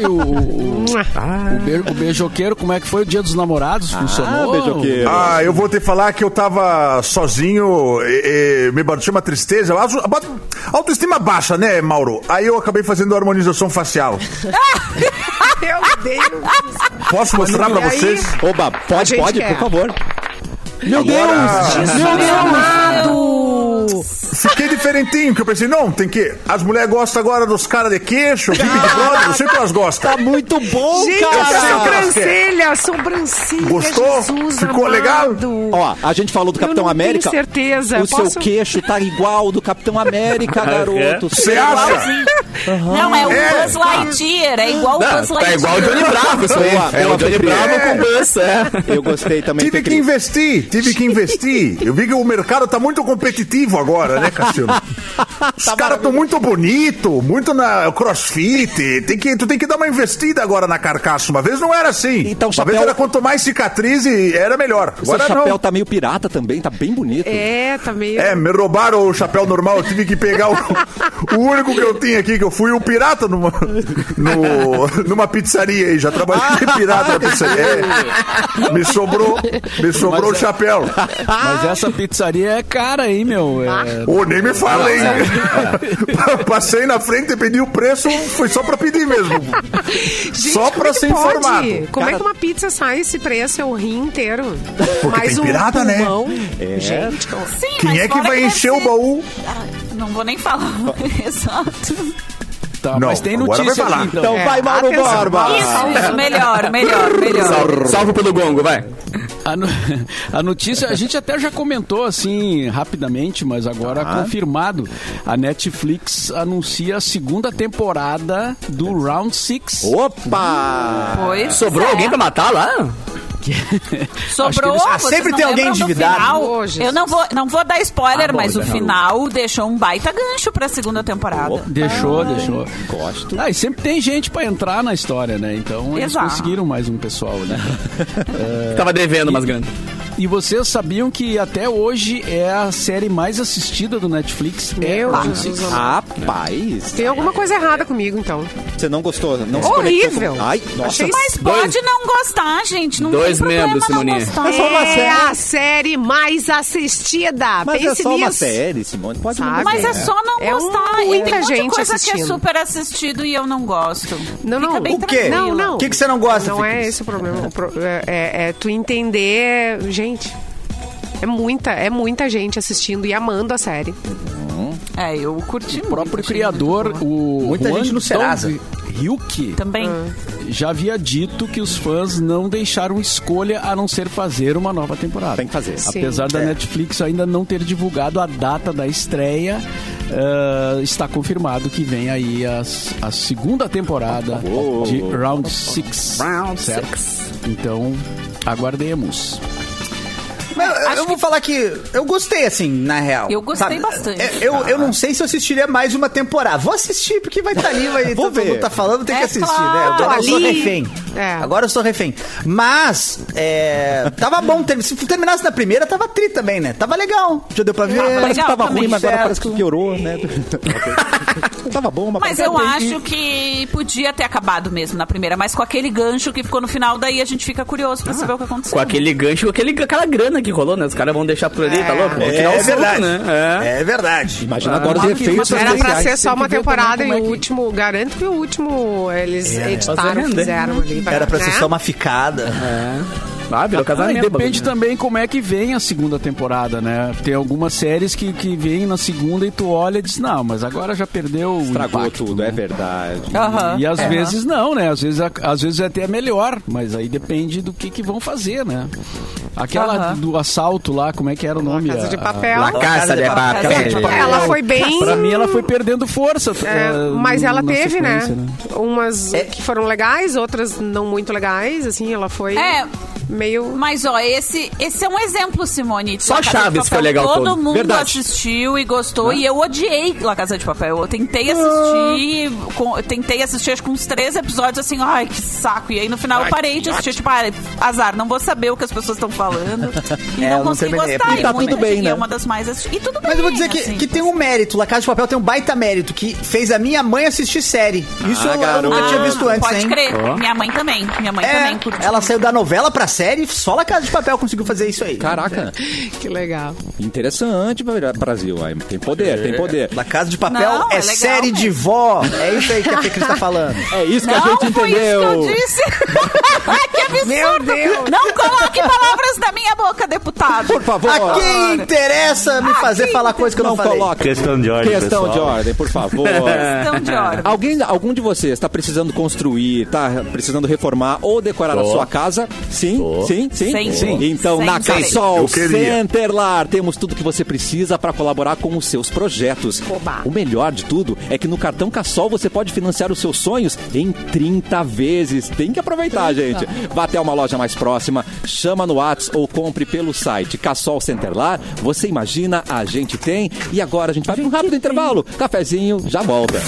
F: o beijoqueiro, como é que foi o Dia dos Namorados? Funcionou?
A: beijoqueiro.
C: Eu vou te falar que eu tava sozinho, me bateu uma tristeza, autoestima baixa, né, Mauro? Aí eu acabei fazendo a harmonização facial.
B: Meu Deus!
C: Posso mostrar pra
B: E aí?
C: vocês?
A: Oba, pode,
B: gente quer.
A: por favor.
C: Meu
B: Deus! Amado!
C: Fiquei diferentinho, que eu pensei, não, tem que... As mulheres gostam agora dos caras de queixo, Big Brother, eu sei que elas gostam.
A: Tá muito bom,
B: Gente,
A: cara.
B: sobrancelha,
C: Gostou?
B: Jesus
C: Ficou
B: amado.
C: legal?
A: Ó, a gente falou do Capitão
B: não
A: América.
B: tenho certeza.
A: O seu queixo tá igual ao do Capitão América, garoto.
C: Você acha?
D: Não, é o
C: É.
D: Buzz Lightyear. É igual o Buzz
H: Tá
D: Lightyear.
H: igual o Johnny Bravo, isso aí.
A: Boa,
H: É o Johnny Bravo com Buzz,
A: Eu gostei também.
C: Tive que investir. Eu vi que o mercado tá muito competitivo agora, né, Cassiano? Os caras estão muito bonitos, muito na crossfit. Tu tem que dar uma investida agora na carcaça. Uma vez não era assim.
A: Então,
C: uma
A: chapéu-
C: vez era quanto mais cicatriz era melhor.
A: O seu
C: Agora
A: chapéu
C: não.
A: tá meio pirata também, tá bem bonito.
B: Tá meio...
C: Me roubaram o chapéu normal, eu tive que pegar o único que eu tinha aqui, que eu fui o pirata numa pizzaria aí, já trabalhei de pirata na pizzaria. Me sobrou o chapéu.
F: Mas essa pizzaria é cara, hein, meu?
C: Nem me fala, hein? Passei na frente e pedi o preço, foi só pra pedir mesmo.
B: Gente,
C: só
B: como
C: pra
B: é que
C: ser
B: pode?
C: informado.
B: Como é
A: Cara-
B: que uma pizza sai esse preço? É o rim inteiro.
C: Porque
B: Mais
C: tem
B: um
C: pirata, né?
B: pulmão. Gente,
D: Sim,
C: Quem
D: mas
C: é que
D: fora
C: vai encher o
D: assim-
C: baú?
D: Não vou nem falar. Exato.
F: Tá,
C: Não,
F: mas tem
C: agora
F: notícia
C: vai falar.
F: aqui,
A: Então vai, Mauro
B: atenção.
A: Borba.
D: Isso, melhor.
H: Salvo pelo gongo, vai.
F: A notícia, a gente até já comentou assim rapidamente, mas agora confirmado. A Netflix anuncia a segunda temporada do Round 6.
A: Opa!
D: Pois
H: Sobrou
D: é.
H: alguém pra matar lá?
D: Sobrou.
F: Acho que
D: vocês
E: sempre
D: não
E: tem alguém
D: lembram do
E: endividado.
D: final?
B: Oh, Jesus.
D: Eu não vou dar spoiler,
H: bom,
D: mas o
H: já.
D: final deixou um baita gancho pra segunda temporada.
F: Deixou.
A: Gosto.
F: E sempre tem gente pra entrar na história, né? Então eles
D: Exato.
F: conseguiram mais um pessoal ali.
H: Tava devendo umas grandes.
F: E vocês sabiam que até hoje é a série mais assistida do Netflix?
B: Meu
F: Round
B: Jesus
F: Six.
B: amado.
A: Rapaz.
B: Tem alguma coisa errada comigo, então.
A: Você não gostou? Não se
B: Horrível.
A: conectou com... Ai, nossa.
B: Achei
D: Mas pode não gostar, gente. Não
H: Dois
D: tem problema
H: membros,
D: não
H: Simoninha.
D: gostar.
A: É só uma
B: É
A: série.
B: a série mais assistida.
A: Mas
B: Pense
A: é só uma
B: nisso.
A: série, Simone. Pode não
B: Sabe?
D: Mas é só não
B: É
D: gostar. E
B: muita
D: tem muita
B: gente
D: coisa que
B: assistindo.
D: é super assistido e eu não gosto.
B: Não,
D: Fica
B: não.
D: bem
E: O quê?
D: tranquila.
B: Não.
E: O que você não gosta,
B: Não é
E: Felipe?
B: esse o problema. É tu entender... Gente, é muita gente assistindo e amando a série.
D: Eu curti muito.
F: O próprio
D: achei
F: criador,
D: muito boa.
F: o
E: Muita
F: Hwang
E: gente no Serasa.
F: Dong-hyuk,
D: Também.
F: já havia dito que os fãs não deixaram escolha a não ser fazer uma nova temporada.
A: Tem que fazer.
B: Sim.
F: Apesar da Netflix ainda não ter divulgado a data da estreia, está confirmado que vem aí a segunda temporada de Round 6.
H: Round
F: certo? Então, aguardemos.
E: eu vou falar que eu gostei, assim, na real.
D: Eu gostei bastante.
E: Eu não sei se eu assistiria mais uma temporada. Vou assistir, porque vai estar ali, todo mundo tá falando, tem que assistir,
D: claro.
E: né? Agora eu sou refém.
B: É.
E: Agora eu sou refém. Mas, tava bom. Se terminasse na primeira, tava tri também, né? Tava legal. Já deu pra ver.
A: Parece que tava
D: também,
A: ruim, mas agora
E: certo.
A: parece que piorou, né? Tava bom,
D: Mas eu acho que podia ter acabado mesmo na primeira, mas com aquele gancho que ficou no final, daí a gente fica curioso pra saber o que aconteceu.
H: Com aquele gancho, aquela grana que rolou, né? Os caras vão deixar por ali, tá louco? Vão tirar o solto,
E: verdade.
H: né?
E: É verdade.
A: Imagina agora os efeitos
B: Era pra
A: especiais.
B: ser só uma
F: Tem que ver
B: temporada e
F: também
B: o
F: como é
B: último, garanto que o último eles editaram,
H: render.
B: fizeram ali.
E: Era pra ser
B: né?
E: só uma ficada.
H: Virou
F: E
H: casamento.
F: depende também como é que vem a segunda temporada, né? Tem algumas séries que vêm na segunda e tu olha e diz, não, mas agora já perdeu o
A: Estragou
F: impacto,
A: tudo,
F: né?
A: é verdade.
F: E às vezes não, né? Às vezes até é melhor, mas aí depende do que vão fazer, né? Aquela do assalto lá, como é que era o nome?
B: Casa de Papel.
H: La Casa de Papel.
B: Ela foi bem...
F: Pra mim, ela foi perdendo força.
B: Mas ela
F: na
B: teve, né?
F: sequência,
B: Umas que foram legais, outras não muito legais, assim, ela foi meio...
D: Mas, ó, esse é um exemplo, Simone.
H: Só
D: La Casa de
H: Chaves
D: Papel.
H: foi legal
D: Todo
H: todo.
D: mundo
A: Verdade.
D: assistiu e gostou. E eu odiei La Casa de Papel. Eu tentei assistir, acho que uns 3 episódios, assim, ai, que saco. E aí, no final, eu parei de assistir. Tipo, azar, não vou saber o que as pessoas estão falando. E
E: eu
D: não
E: não
D: consegui
E: terminei.
D: gostar.
A: E tá tudo bem, né?
D: É uma das mais assistidas. E tudo bem,
E: Mas eu vou dizer
D: assim.
E: que tem um mérito. La Casa de Papel tem um baita mérito, que fez a minha mãe assistir série. Isso eu nunca tinha visto antes,
D: Pode
E: hein?
D: crer. Minha mãe também. Minha mãe também curtiu.
E: Ela saiu da novela pra série, só La Casa de Papel conseguiu fazer isso aí.
A: Caraca,
B: Que legal.
A: interessante, Brasil. Ai, tem poder, tem poder.
E: La Casa de Papel
D: Não, é
E: é
D: legal
E: série de
D: mesmo.
E: vó. É isso aí que a Fê Cris tá falando.
A: É isso que a
D: Não
A: gente
D: foi
A: entendeu.
D: isso que eu disse. Ai, que absurdo.
B: Meu Deus.
D: Não coloque palavras na minha boca, deputado.
A: Por favor.
E: A quem interessa me fazer falar coisa que eu não falei?
A: coloque.
C: Questão de ordem,
A: Questão
C: pessoal.
A: de ordem, por favor.
D: Questão de ordem.
A: Algum de vocês está precisando construir, está precisando reformar ou decorar a sua casa? Sim, sim.
D: Sim.
A: Então,
D: Sim.
A: na
D: Sim.
A: Cassol
C: Eu queria.
A: Centerlar, temos tudo que você precisa para colaborar com os seus projetos.
B: Oba.
A: O melhor de tudo é que no cartão Cassol você pode financiar os seus sonhos em 30 vezes. Tem que aproveitar, gente. Vá até uma loja mais próxima, chama no WhatsApp ou compre pelo site Cassol Centerlar. Você imagina, a gente tem. E agora a gente vai para um rápido intervalo. Cafezinho, já volta.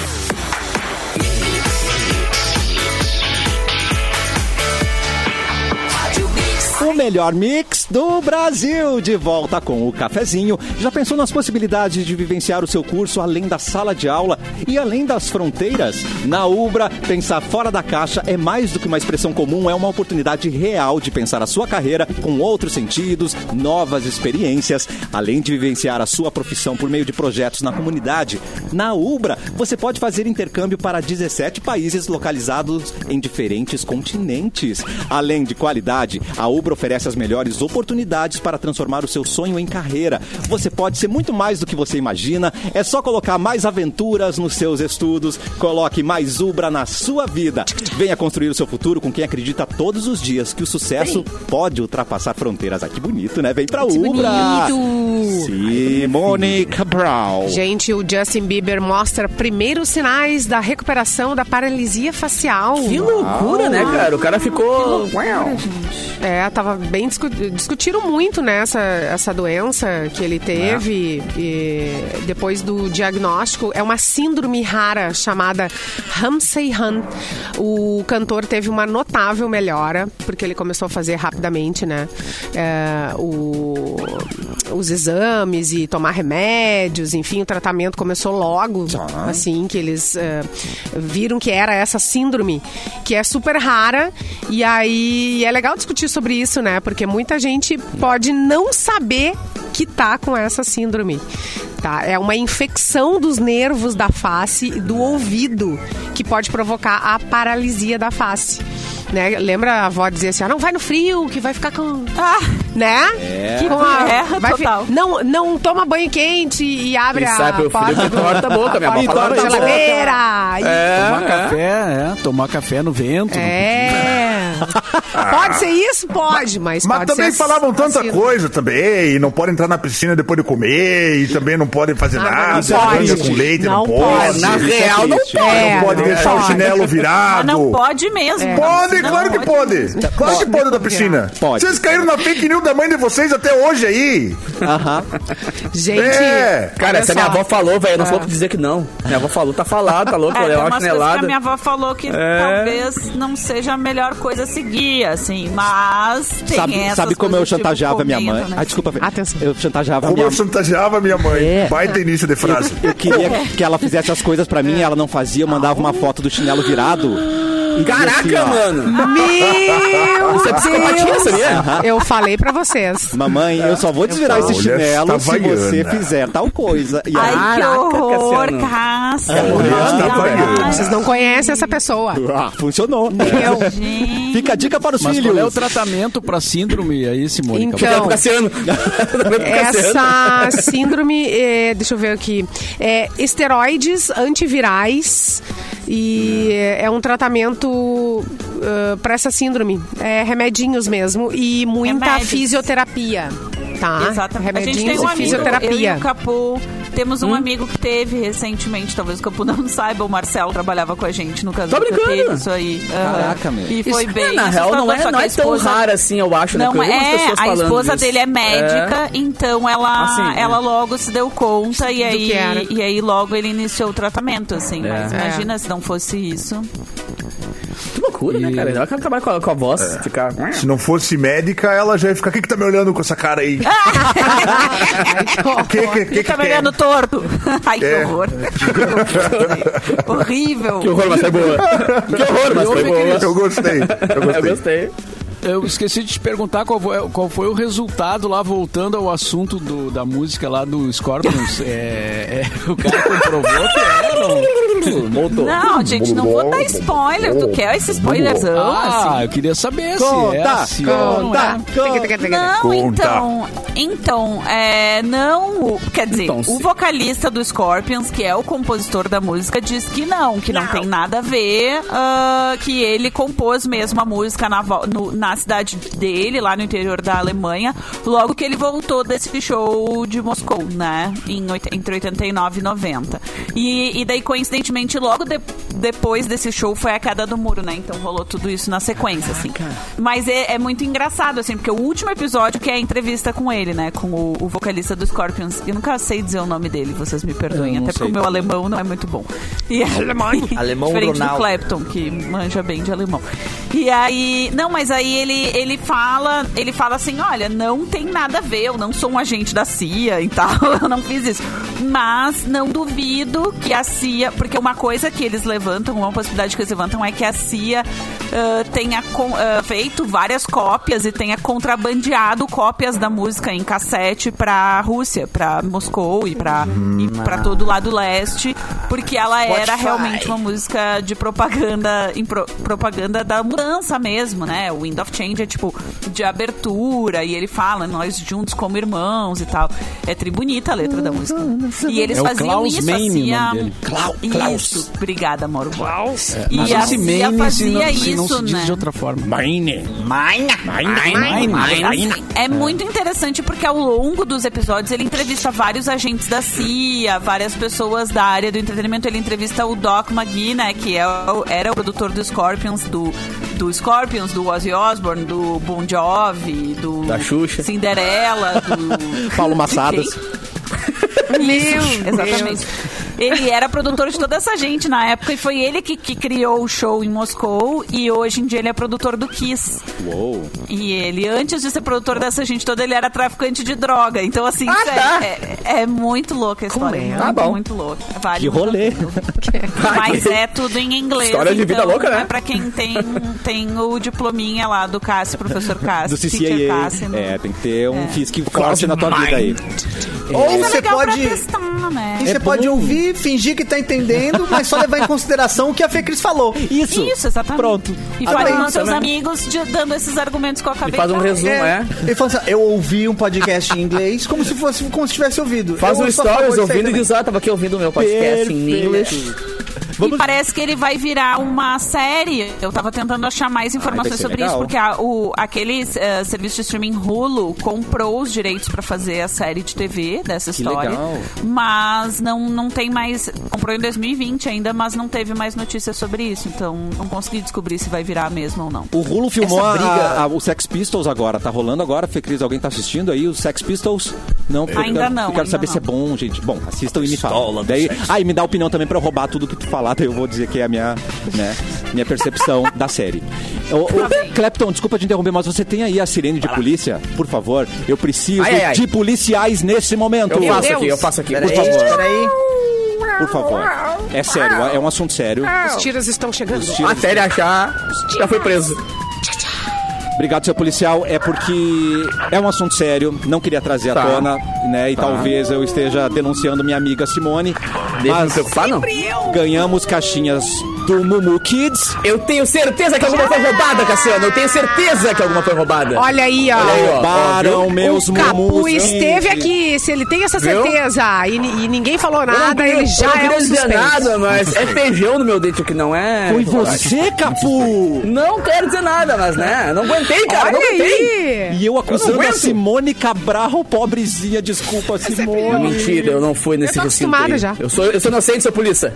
A: O melhor mix do Brasil, de volta com o cafezinho. Já pensou nas possibilidades de vivenciar o seu curso além da sala de aula e além das fronteiras? Na Ubra, pensar fora da caixa é mais do que uma expressão comum, é uma oportunidade real de pensar a sua carreira com outros sentidos, novas experiências, além de vivenciar a sua profissão por meio de projetos na comunidade. Na Ubra, você pode fazer intercâmbio para 17 países localizados em diferentes continentes. Além de qualidade, a Ubra oferece as melhores oportunidades para transformar o seu sonho em carreira. Você pode ser muito mais do que você imagina. É só colocar mais aventuras nos seus estudos. Coloque mais Ubra na sua vida. Venha construir o seu futuro com quem acredita todos os dias que o sucesso pode ultrapassar fronteiras. Ah, que bonito, né? Vem pra Ubra! Simone Cabral.
B: Gente, o Justin Bieber mostra primeiros sinais da recuperação da paralisia facial.
H: Que loucura, né, cara? O cara ficou...
B: Tava bem... Discutiram muito, né, essa doença que ele teve. E depois do diagnóstico, é uma síndrome rara chamada Ramsay-Hunt. O cantor teve uma notável melhora, porque ele começou a fazer rapidamente, né, os exames e tomar remédios, enfim, o tratamento começou logo, assim, que eles viram que era essa síndrome, que é super rara, e aí é legal discutir sobre isso, né, porque muita gente pode não saber que tá com essa síndrome. Tá? É uma infecção dos nervos da face e do ouvido que pode provocar a paralisia da face. Né? Lembra a avó dizer assim, não vai no frio, que vai ficar com... né?
D: Total.
B: Não toma banho quente e abre
H: sai
B: a
H: pro
B: porta
H: frio que torta a boca, minha avó falava
B: da
H: isso.
B: geladeira.
F: Tomar café no vento.
B: pode ser isso? Pode, mas pode
C: também
B: ser
C: falavam tanta
B: assim.
C: coisa também, e não podem entrar na piscina depois de comer, e também não podem fazer nada,
B: pode.
C: com leite, não
B: Não
C: pode.
B: pode.
H: Na real, não pode.
C: Não pode deixar o chinelo virado.
D: Mas não pode mesmo.
C: Pode,
D: Não
C: claro que pode. Claro que pode da piscina.
A: Pode.
C: Vocês caíram na fake news da mãe de vocês até hoje aí.
A: Aham.
B: Gente,
H: Cara,
B: olha
H: se a minha
B: só.
H: avó falou, velho, eu não sou louco de dizer que não. Minha avó falou, tá falado, tá louco,
D: É,
H: vou
D: tem
H: levar uma
D: umas coisas que a
H: chinelada.
D: minha avó falou que talvez não seja a melhor coisa a seguir, assim, mas tem essas
A: Sabe como eu
D: coisas, tipo,
A: chantageava minha mãe?
D: comendo, né?
A: Ah, desculpa.
B: Atenção.
A: Eu chantageava
C: Como
A: minha
C: eu chantageava minha mãe.
A: É.
C: Baita início de frase.
A: Eu queria que ela fizesse as coisas pra mim, ela não fazia, eu mandava uma foto do chinelo virado. E dizia
H: Caraca,
A: assim, ó,
H: mano.
B: Meu
H: Isso é psicopatia,
B: Deus.
H: sabia?
B: Eu falei pra vocês.
A: Mamãe, eu só vou desvirar esse
C: Olha
A: chinelo
C: essa
A: se você
C: Havaiana.
A: fizer tal coisa. E
D: Ai,
A: aí,
D: que horror,
H: Cassiano.
D: Cássia.
C: Essa Havaiana.
B: Vocês não conhecem essa pessoa.
A: funcionou.
D: Gente.
A: Fica a dica para os
F: Mas
A: filhos.
F: qual é o tratamento pra síndrome aí, Simone?
B: Então,
H: Cassiano.
B: essa síndrome, deixa eu ver aqui, esteroides antivirais e é um tratamento para essa síndrome, remedinhos mesmo e muita
D: Remédios.
B: fisioterapia, tá?
D: Exatamente. A gente
B: Remedinhos
D: tem um
B: e
D: amigo, eu
B: fisioterapia.
D: e o Capu, temos um amigo que teve recentemente, talvez o Capu não saiba, o Marcelo trabalhava com a gente no caso
H: Tá
D: que
H: brincando?
D: teve isso aí.
A: Caraca, meu.
D: E foi bem
H: Na real, não
D: assustador, só que
H: é
D: a
H: tão
D: esposa-
H: raro assim, eu acho, né?
D: Não
H: Porque eu vi umas
D: é,
H: pessoas
D: a
H: falando
D: esposa
H: disso.
D: dele é médica, então ela logo se deu conta e
B: que era.
D: aí logo ele iniciou o tratamento, assim.
H: É.
D: Mas imagina se não fosse isso.
H: Que loucura, né, cara? Ela quer acabar com a voz, ficar...
C: Se não fosse médica, ela já ia ficar. O que tá me olhando com essa cara aí?
D: Ele tá me olhando torto. Ai, que horror. Horrível.
H: Que horror, mas foi boa. Que horror, mas foi boa.
C: Eu gostei.
H: Eu gostei.
F: Eu esqueci de te perguntar qual foi o resultado lá, voltando ao assunto da música lá do Scorpions. O cara comprovou que era,
H: Voltou.
D: Não, gente, não vou dar spoiler. Tu quer esse spoilerzão, assim?
F: eu queria saber se é
A: Conta,
F: assim ou não é.
D: Não, então, não, quer dizer,
H: Então,
D: o vocalista do Scorpions, que é o compositor da música, diz que não tem nada a ver, que ele compôs mesmo a música na cidade dele, lá no interior da Alemanha, logo que ele voltou desse show de Moscou, né, entre 89 e 90. E daí, coincidentemente, logo depois desse show foi a queda do muro, né, então rolou tudo isso na sequência, assim. Mas é muito engraçado, assim, porque o último episódio, que é a entrevista com ele, né, com o vocalista do Scorpions, eu nunca sei dizer o nome dele, vocês me perdoem, até porque o meu alemão não é muito bom. E
E: Alemão
D: diferente
E: Ronaldo.
D: do Clapton, que manja bem de alemão. E aí, não, mas aí ele fala assim, olha, não tem nada a ver, eu não sou um agente da CIA e tal, eu não fiz isso. Mas não duvido que a CIA, porque uma coisa que eles levantam, uma possibilidade que eles levantam é que a CIA tenha feito várias cópias e tenha contrabandeado cópias da música em cassete pra Rússia, pra Moscou e pra todo o lado leste, porque ela era realmente uma música de propaganda, propaganda da mudança mesmo, né? O Wind of Change é tipo de abertura, e ele fala, nós juntos como irmãos e tal. É tri bonita a letra da música. E eles
F: É o
D: faziam
F: Klaus
D: isso,
F: Meine,
D: assim,
F: o nome dele.
D: Isso, obrigada, Mauro. E
F: Mas
D: a
F: esse
D: CIA
F: Maine se não
D: fazia
F: se
D: isso,
F: diz
D: né?
F: de outra forma.
D: É muito interessante porque ao longo dos episódios ele entrevista vários agentes da CIA, várias pessoas da área do entretenimento. Ele entrevista o Doc McGee, né, que era o produtor do Scorpions, do Scorpions, do Ozzy Osbourne, do Bon Jovi,
H: Da Xuxa.
D: Cinderela, do
A: Paulo Massadas.
D: Exatamente. Ele era produtor de toda essa gente na época e foi ele que criou o show em Moscou, e hoje em dia ele é produtor do Kiss.
A: Uou.
D: E ele, antes de ser produtor dessa gente toda, ele era traficante de droga. Então, assim, é muito louca a história. Muito louca. Vale
A: Que
D: muito
A: rolê.
D: a pena. Mas é tudo em inglês.
H: História de vida
D: então,
H: louca, né?
D: É pra quem tem o diplominha lá do Cássio, professor Cássio.
A: Do
D: teacher
A: CCIA.
D: Cássio, né?
A: Tem que ter um FISC forte na tua vida aí.
E: Ou
D: Mas é
E: você
D: legal
E: pode...
D: pra testar, né?
E: E você pode ouvir, fingir que tá entendendo, mas só levar em consideração o que a Fê Cris falou.
A: Isso.
D: Isso, exatamente.
A: Pronto.
D: E
E: Adorei
D: fale com
E: isso,
D: seus
E: né?
D: amigos dando esses argumentos que eu acabei
H: E faz um
D: de falar.
H: resumo,
E: Ele falou assim, eu ouvi um podcast em inglês como se tivesse ouvido.
H: Faz
E: Eu
H: um
E: sou a favor
H: stories
E: disso aí
H: ouvindo e
E: também.
H: diz, tava aqui ouvindo o meu podcast em inglês.
D: E parece que ele vai virar uma série. Eu tava tentando achar mais informações sobre
A: legal.
D: isso, porque aquele serviço de streaming Hulu comprou os direitos pra fazer a série de TV dessa história.
A: legal.
D: Mas não tem mais... Comprou em 2020 ainda, mas não teve mais notícias sobre isso. Então, não consegui descobrir se vai virar mesmo ou não.
A: O Hulu filmou
E: Essa briga-
A: o Sex Pistols agora. Tá rolando agora, Fê Cris? Alguém tá assistindo aí? Os Sex Pistols? Não, porque
D: Ainda não,
A: Eu quero
D: ainda
A: saber
D: não.
A: se é bom, gente. Bom, assistam e me falam. Daí, e me dá opinião também pra eu roubar tudo que tu falar. Daí eu vou dizer que é a minha percepção da série. Clepton, desculpa te interromper, mas você tem aí a sirene de polícia? Por favor, eu preciso de policiais nesse momento.
H: Eu faço aqui.
A: Por favor.
E: Peraí.
A: Por favor. É sério, é um assunto sério.
B: Os tiros estão chegando.
H: Até ele achar, já foi preso.
A: Obrigado, seu policial. É porque é um assunto sério, não queria trazer à tona, né? E talvez eu esteja denunciando minha amiga Simone.
H: Deixa me
A: Mas
H: preocupar, não?
A: ganhamos caixinhas do Mumu Kids.
H: Eu tenho certeza que alguma foi roubada, Cassiano. Eu tenho certeza que alguma foi roubada.
B: Olha aí, ó.
A: Roubaram meus
B: O Capu
A: Mumus
B: esteve
A: Kids.
B: aqui. Se ele tem essa
H: Viu?
B: certeza e ninguém falou
H: Eu não
B: nada,
H: queria-
B: ele já
H: eu não
B: é
H: queria
B: um
H: dizer
B: suspeito.
H: nada, mas é feijão no meu dente aqui, não é?
A: Foi você, Capu!
H: Não quero dizer nada, mas né? Não aguentei, cara. Não
B: Olha
H: aguentei.
B: aí.
A: E eu acusando
H: Eu não
A: a
H: aguento.
A: Simone Cabral, pobrezinha. Desculpa, Simone.
H: Mentira, eu não fui nesse
B: tô
H: recinto
B: acostumada
H: aí.
B: já.
H: Eu sou inocente, sou polícia.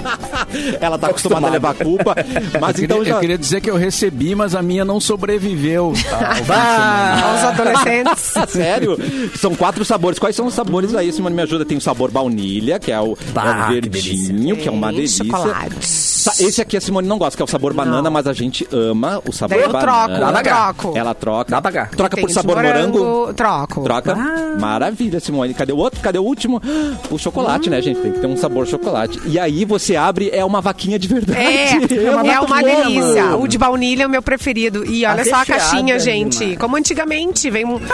A: Ela tá acostumada a levar a culpa. Mas então já...
F: Eu queria dizer que eu recebi, mas a minha não sobreviveu.
B: Aos adolescentes.
A: Sério? São 4 sabores. Quais são os sabores aí, Simone? Me ajuda. Tem o sabor baunilha, que é o
H: que
A: verdinho, que é uma
B: Tem
A: delícia.
B: chocolate.
A: Esse aqui a Simone não gosta, que é o sabor banana, mas a gente ama o sabor
B: Daí eu
A: banana.
B: troco.
A: Ela troca.
H: Dá pra cá.
A: Troca
B: Tem
A: por
B: de
A: sabor morango.
B: Troco.
A: Troca. Maravilha, Simone. Cadê o outro? Cadê o último? O chocolate, né, gente? Tem que ter um sabor chocolate. E aí você abre, é uma vaquinha de verdade.
B: É uma delícia.
A: amo.
B: O de baunilha é o meu preferido. E olha só a
H: recheada
B: caixinha, gente.
H: demais.
B: Como antigamente. Vem um.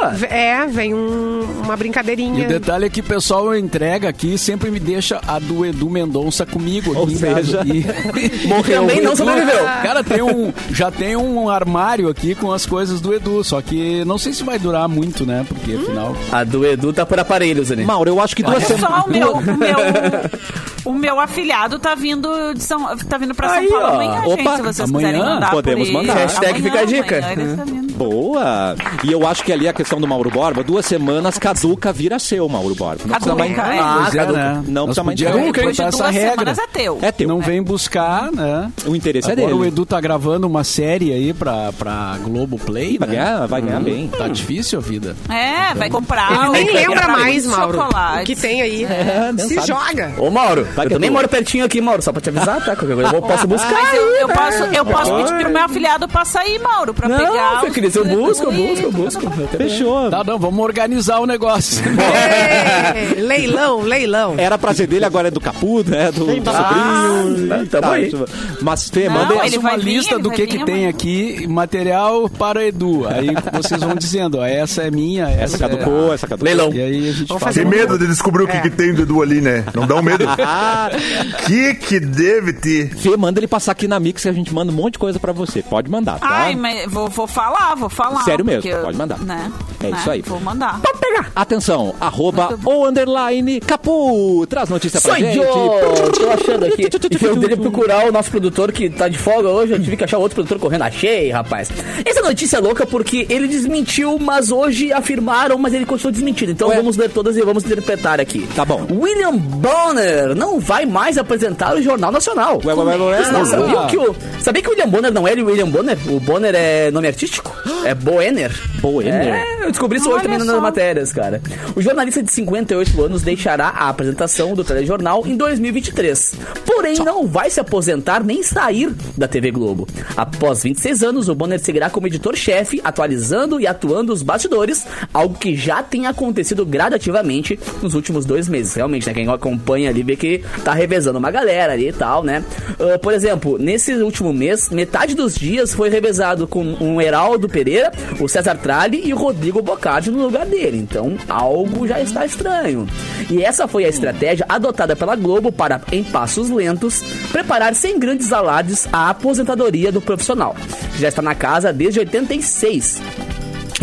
B: Vem uma
F: E
B: brincadeirinha.
F: o detalhe é que o pessoal entrega aqui sempre me deixa a do Edu Mendonça comigo aqui
A: Ou
F: em
A: seja,
F: casa.
A: morreu.
H: Também não sobreviveu.
F: Cara, já tem um armário aqui com as coisas do Edu, só que não sei se vai durar muito, né? Porque afinal...
H: A do Edu tá por aparelhos ali.
A: Mauro, eu acho que duas
D: Olha só,
A: semanas.
D: o meu afilhado tá vindo pra São
H: Aí,
D: Paulo
H: ó.
D: amanhã,
A: Opa,
D: gente, se vocês
F: amanhã
D: quiserem mandar
A: podemos
D: por ele.
A: mandar.
H: Hashtag fica a dica.
D: Amanhã ele tá vindo.
A: Boa! E eu acho que ali a questão do Mauro Borba, 2 semanas, caduca, vira seu, Mauro Borba. Não precisa mais.
D: Caduca,
F: Pois é, né?
A: Não
F: Nós
A: precisa mais.
F: podíamos
D: Depois de
F: botar
D: 2
F: essa regra.
D: semanas é teu.
A: É teu.
F: Não vem buscar, né?
A: O interesse é
F: Agora
A: dele.
F: o Edu tá gravando uma série aí pra Globoplay,
A: Vai
F: né?
A: ganhar, vai ganhar bem.
F: Tá difícil a vida.
D: Vai comprar.
B: Ele nem
D: vai
B: lembra
D: comprar
B: mais,
D: muito
B: Mauro.
D: chocolate.
B: O que tem aí.
A: não
B: Se
A: sabe.
B: joga.
H: Ô, Mauro,
A: Vai
H: eu
A: que
H: também
A: eu tô-
H: moro pertinho aqui, Mauro, só pra te avisar, tá? Qualquer coisa eu posso buscar.
D: Mas eu posso
H: Oi.
D: pedir pro meu afilhado passar aí, Mauro, pra
H: Não,
D: pegar.
H: Fê Cris, eu busco.
A: Fechou.
F: Tá, não, vamos organizar o negócio.
B: Leilão.
A: Era pra ser dele, agora é do Capu, né? Do sobrinho.
H: tamo aí.
A: Mas, Fê,
D: Não,
A: manda
D: ele
F: Faça
D: vai
F: uma
D: vir,
F: lista
D: ele
F: do
D: vai
F: que
D: vir
F: tem
D: amanhã.
F: aqui, material para Edu. Aí vocês vão dizendo, ó, essa é minha,
A: essa caducou, essa caducou.
H: Leilão.
F: E aí a gente
B: Vamos
F: faz
B: fazer
C: Tem
F: uma-
C: medo de descobrir o que tem do Edu ali, né? Não dá um medo?
A: Ah,
C: que deve ter?
A: Fê, manda ele passar aqui na Mix que a gente manda um monte de coisa pra você. Pode mandar, tá?
D: Ai, mas vou falar.
A: Sério mesmo,
D: porque,
A: pode mandar.
D: Né?
A: É isso aí.
D: Vou mandar.
A: Atenção, @o_underline Capu. Traz notícia pra
H: Sou
A: gente.
H: eu! Tô achando aqui. E eu teria que procurar o nosso produtor que tá de folga hoje. Eu tive que achar outro produtor correndo. Achei, rapaz. Essa notícia é louca porque ele desmentiu, mas hoje afirmaram, mas ele continuou desmentindo. Então vamos ler todas e vamos interpretar aqui.
A: Tá bom.
H: William Bonner não vai mais apresentar o Jornal Nacional.
A: Ué.
H: Sabia que o William Bonner não é William Bonner? O Bonner é nome artístico? É Boehner.
A: Boehner?
H: É, eu descobri isso hoje também nas matérias, cara. O jornalista de 58 anos deixará a apresentação do telejornal em 2023. Porém, não vai se aposentar nem sair da TV Globo. Após 26 anos, o Bonner seguirá como editor-chefe, atualizando e atuando os bastidores, algo que já tem acontecido gradativamente nos últimos 2 meses. Realmente, né? Quem acompanha ali vê que tá revezando uma galera ali e tal, né? Por exemplo, nesse último mês, metade dos dias foi revezado com um Heraldo Pereira, o César Tralli e o Rodrigo Bocardi no lugar dele. Então, algo já está estranho. E essa foi a estratégia adotada pela Globo para, em passos lentos, preparar sem grandes alardes a aposentadoria do profissional, que já está na casa desde 86.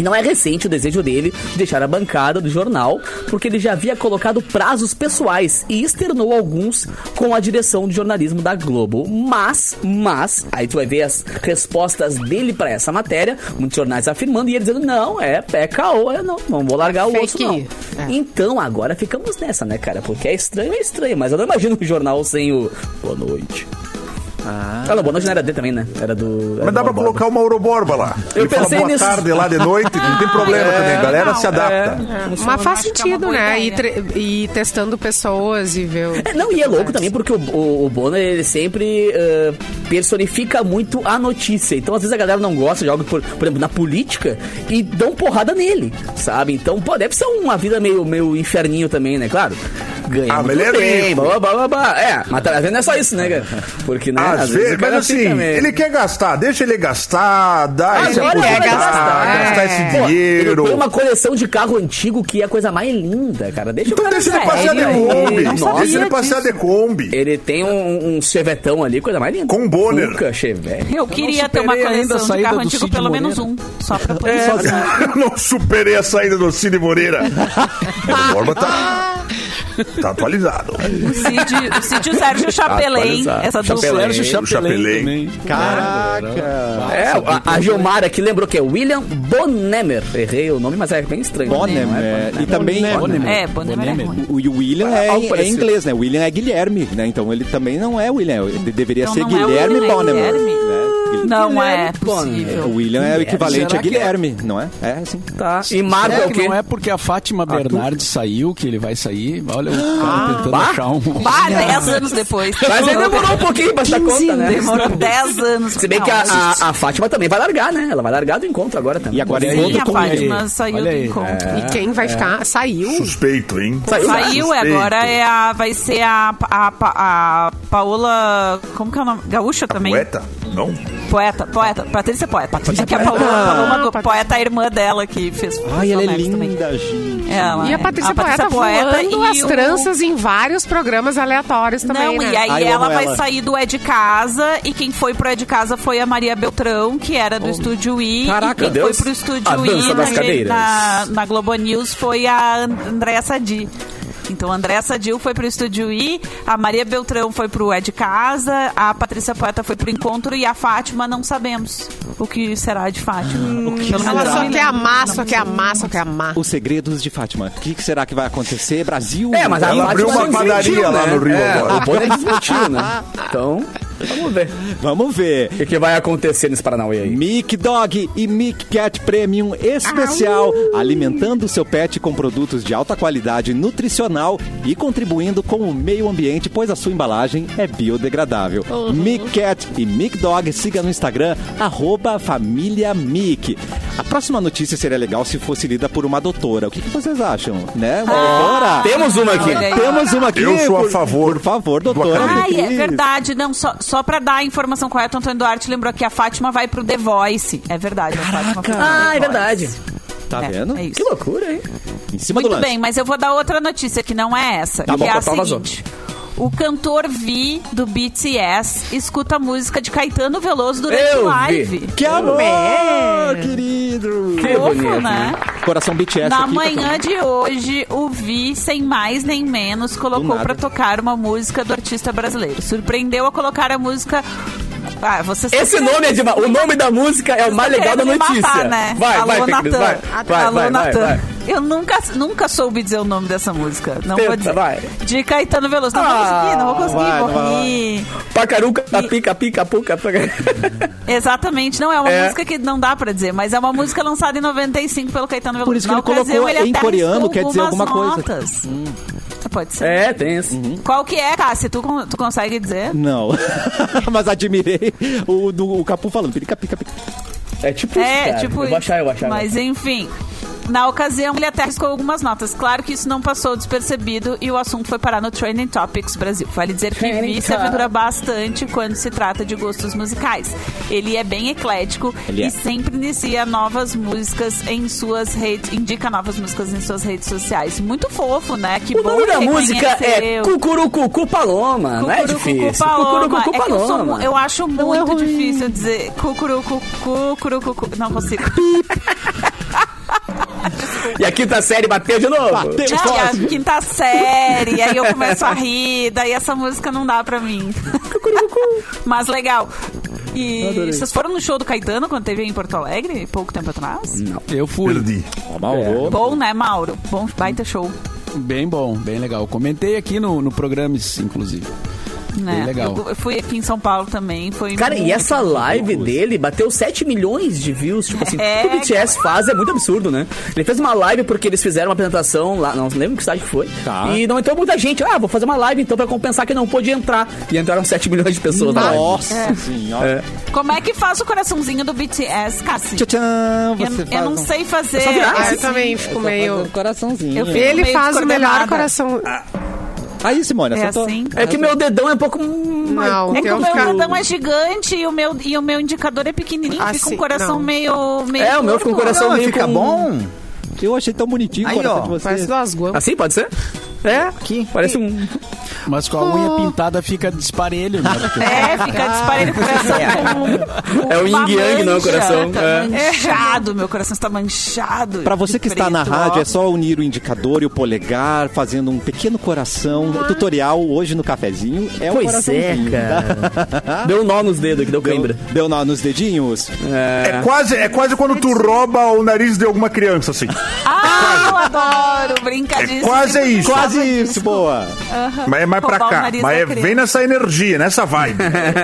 H: E não é recente o desejo dele de deixar a bancada do jornal, porque ele já havia colocado prazos pessoais e externou alguns com a direção de jornalismo da Globo. Mas, aí tu vai ver as respostas dele pra essa matéria, muitos jornais afirmando e ele dizendo, não, pé caô, não vou largar o osso, não. Então, agora ficamos nessa, né, cara? Porque é estranho, mas eu não imagino um jornal sem o boa noite. Não, boa noite não era dele também, né? Era do...
C: Mas dá pra colocar o Mauro Borba lá.
H: Eu
C: Ele fala
H: pensei
C: boa
H: nisso.
C: tarde lá de noite, não tem problema também. A galera se adapta.
B: Mas faz
D: acho que é uma
B: sentido,
D: boa
B: né?
D: ideia.
B: E testando pessoas e ver...
H: Não, e é louco também porque o Bono, ele sempre personifica muito a notícia. Então, às vezes, a galera não gosta de algo, por exemplo, na política, e dão porrada nele, sabe? Então, pô, deve ser uma vida meio inferninho também, né? Claro. Ganha muito
C: mas ele é
H: bem,
C: rico.
H: mas às vezes não é só isso, né, cara? Porque, né,
C: Às vezes,
H: o cara
C: mas assim,
H: fica meio-
C: ele quer gastar, deixa ele gastar, dá esse
H: Agora
C: apoio,
H: ele quer
C: gastar esse
H: Pô,
C: dinheiro.
H: Ele tem uma coleção de carro antigo que é a coisa mais linda, cara. Deixa
C: Então
H: o cara
C: deixa ele
H: sério
C: passear de
H: aí.
C: Kombi.
H: Nossa,
C: Deixa ele passear de Kombi.
H: ele tem um chevetão ali, coisa mais linda.
C: Com Bonner.
H: Fuca, Chevette.
D: Eu queria ter uma
F: superei ainda a
D: coleção de
F: saída
D: carro
F: do
D: antigo,
F: Cid
D: pelo menos
F: Moreira.
D: só pra poder passar.
C: Eu não superei a saída do Cid Moreira. O Borba tá atualizado.
D: O Cid e o Sérgio Chapelin,
H: Atualizado.
D: essa dupla.
F: Sérgio
C: Chapelin
F: Chapelin também.
A: Caraca!
H: A Gilmar aqui lembrou que é William Bonnemer. Errei o nome, mas é bem estranho.
A: Bonham,
H: Não é
A: e também...
D: Bonner é ruim.
A: O William
H: Algo
A: é
H: parecido.
A: inglês, né? William é Guilherme, né? Então ele também não é William. Ele deveria
D: Então
A: ser
D: não é
A: Guilherme
D: William, é
A: Bonham.
D: Guilherme.
A: Né?
D: Não é
H: Bonner.
D: possível.
A: O William é o equivalente
F: Será
A: a
F: que
A: Guilherme, não é? É, sim.
H: Tá. E Marco é
F: Será
H: o
F: que
H: quê?
F: não é porque a Fátima Bernardes saiu que ele vai sair? Olha o cara tentando achar um...
D: 10 anos depois.
H: Mas aí demorou um pouquinho pra se dar conta, né?
D: Demorou 10 anos.
H: Se bem que a Fátima também vai largar, né? Ela vai largar do encontro agora também.
A: E agora
F: Olha
A: encontro
D: Sim, a
A: com
D: Fátima
F: ele.
D: saiu
F: Olha
D: do
F: aí.
D: encontro.
B: E quem vai ficar? Saiu?
C: Suspeito, hein?
D: Saiu,
C: Suspeito.
D: agora vai ser a Paola... Como que é o nome? Gaúcha também?
C: Poeta? Não?
D: Poeta. Patrícia Poeta. Que a Paloma Poeta é a irmã dela que fez...
A: Ai, ela é
D: Sonex também.
A: linda, gente.
D: Ela
B: E a
D: é.
B: Patrícia Poeta voando as
D: e o-
B: tranças em vários programas aleatórios também,
D: Não,
B: né?
D: e aí
A: Ai, eu
D: ela
A: amo
D: vai
A: ela.
D: sair do É de Casa, e quem foi pro É de Casa foi a Maria Beltrão, que era do Estúdio I.
H: Caraca,
D: e quem
H: meu
D: foi
H: Deus.
D: pro Estúdio
H: A dança
D: I
H: das cadeiras.
D: na Globo News foi a Andréa Sadi. Então, a Andréa Sadil foi pro Estúdio I, a Maria Beltrão foi pro É de Casa, a Patrícia Poeta foi pro Encontro e a Fátima não sabemos o que será de Fátima. Pelo
B: Ela
D: menos eu
B: só
D: me
B: quer
D: lembro.
B: amar, só quer amar, só quer amar.
A: Os segredos de Fátima. O que será que vai acontecer? Brasil?
H: Mas a
C: Ela abriu
H: Fátima
C: uma
H: desmentiu,
C: padaria lá
H: né?
C: no Rio agora.
H: O Bonner desmentiu, né? Então, vamos ver.
A: Vamos ver.
H: O que vai acontecer nesse Paranauê aí?
A: Mic Dog e Mic Cat Premium especial, alimentando o seu pet com produtos de alta qualidade nutricional e contribuindo com o meio ambiente, pois a sua embalagem é biodegradável. Mic Cat e Mic Dog, siga no Instagram, @famíliamic. A próxima notícia seria legal se fosse lida por uma doutora. O que vocês acham? Né? Uma doutora?
H: Temos uma aqui.
D: Olha aí.
A: Temos uma aqui.
C: Eu sou a favor
A: Por favor,
C: do
A: doutora.
C: acadêmico.
D: Ai, é
A: Cris.
D: verdade. Não, só pra dar a informação correta, o Antônio Duarte lembrou que a Fátima vai pro The Voice. É verdade, a Fátima foi pro The
H: Ah, é
D: Voice.
H: verdade.
A: Tá vendo?
D: É isso.
H: Que loucura, hein?
A: Em cima do
D: Muito
A: lance.
D: bem, mas eu vou dar outra notícia que não é essa,
H: Tá
D: que
H: bom,
D: é a
H: então vazou.
D: seguinte. O cantor Vi, do BTS, escuta a música de Caetano Veloso durante
H: Eu vi.
D: live.
A: Que amor, querido.
H: Que
D: Fofo,
H: bonito,
D: né?
A: Coração BTS
D: Na
A: aqui,
D: manhã de hoje, o Vi, sem mais nem menos, colocou
A: nada.
D: pra tocar uma música do artista brasileiro. Surpreendeu a colocar a música... Ah, vocês
H: Esse nome é demais. O nome da música é o mais legal da
D: querendo me
H: notícia.
D: matar, né?
H: Vai,
D: Alô,
H: vai, Fê Cris,
D: Natan.
H: vai.
D: Alô,
H: Vai.
D: Natan. Eu nunca soube dizer o nome dessa música. Não
H: Tenta,
D: vou dizer.
H: vai.
D: De Caetano Veloso. Não vou conseguir, vou rir.
H: Pacaruca, pica, puca.
D: Exatamente. Não, é uma
H: É.
D: música que não dá pra dizer, mas é uma música lançada em 95 pelo Caetano Veloso.
A: Por isso que
D: Na
A: ele colocou
D: ocasião, ele
A: em
D: até
A: coreano,
D: arriscou
A: quer dizer alguma coisa.
D: notas. Pode ser.
H: É, tem isso.
D: Qual que é, Cássia? Tu consegue dizer?
A: Não. Mas admirei o Capu falando. Pica.
H: É tipo isso, cara.
D: Tipo
H: eu vou achar.
D: Mas enfim, na ocasião ele até arriscou algumas notas. Claro que isso não passou despercebido e o assunto foi parar no Trending Topics Brasil. Vale dizer que
H: Trending
D: Vi se aventura bastante quando se trata de gostos musicais. Ele é bem eclético
A: Ele é.
D: e sempre inicia novas músicas em suas redes, indica novas músicas em suas redes sociais. Muito fofo, né? Que
H: O
D: bom
H: nome
D: que
H: da música é
D: reconheceu.
H: Cucurucucu Paloma. Não é difícil.
D: Paloma.
H: Cucurucucu
D: É que
H: Paloma.
D: eu acho muito difícil dizer cucurucucu. Não consigo.
H: E a quinta série bateu de novo.
D: Não, e a quinta série, aí eu começo a rir, daí essa música não dá pra mim. Mas legal. E vocês foram no show do Caetano quando teve em Porto Alegre, pouco tempo atrás?
F: Não, eu fui.
C: Perdi.
A: Mauro.
D: Bom, né, Mauro? Bom, baita show.
F: Bem bom, bem legal. Comentei aqui no programa, inclusive. Bem legal.
D: Eu fui aqui em São Paulo também. Foi
H: Cara, e
D: muito
H: essa live dele bateu 7 milhões de views. Tipo assim, tudo que o BTS faz é muito absurdo, né? Ele fez uma live porque eles fizeram uma apresentação lá, não lembro que estágio foi.
A: Tá.
H: E não entrou muita gente. Vou fazer uma live então pra compensar que não pôde entrar. E entraram 7 milhões de pessoas na live.
A: Nossa senhora.
D: Como é que faz o coraçãozinho do BTS, Cassi?
A: Tchan, você
D: Eu não sei fazer.
B: Eu também fico meio...
A: coraçãozinho.
D: Eu fico
B: Ele
D: meio
B: faz o melhor
D: descoordenada.
B: coração...
A: Aí, Simone,
D: É
A: acertou.
D: assim?
H: É que meu dedão é um pouco...
B: Não,
D: É que
B: teu
D: o meu
B: fica-
D: dedão é gigante e o meu indicador é pequenininho.
B: Ah,
D: fica
B: sim,
D: um coração
B: não.
D: meio
H: É, o meu fica um
D: torto.
H: coração
E: Não,
H: meio
E: fica
H: com-
E: bom.
A: Eu achei tão bonitinho
E: Aí,
A: o coração
E: ó,
A: de vocês.
B: Parece duas guamas.
H: Assim, pode ser? É,
E: Aqui.
H: parece um...
F: Mas com a unha pintada fica desparelho, né? Porque
D: É, fica disparelho o coração com
H: É o
D: uma
H: yin yang, não é o
D: mancha.
H: coração.
D: Tá
H: É.
D: manchado, meu coração está manchado.
A: Pra você que
D: de
A: está na
D: preto,
A: rádio,
D: ó.
A: é só unir o indicador e o polegar, fazendo um pequeno coração. O tutorial hoje no cafezinho é o
H: Pois é,
A: coraçãozinho.
H: cara. Deu um nó nos dedos aqui, deu cãibra.
A: Deu nó nos dedinhos?
C: É quase quando tu rouba o nariz de alguma criança, assim.
D: Ah, eu adoro, brincadinha.
C: É quase
D: Sempre
C: isso.
D: gostava
A: Quase
D: disso.
A: isso, boa.
C: Mas é mais pra
D: Roubar o
C: cá.
D: nariz
C: Mas
D: da
C: é,
D: criança.
C: vem nessa energia, nessa vibe.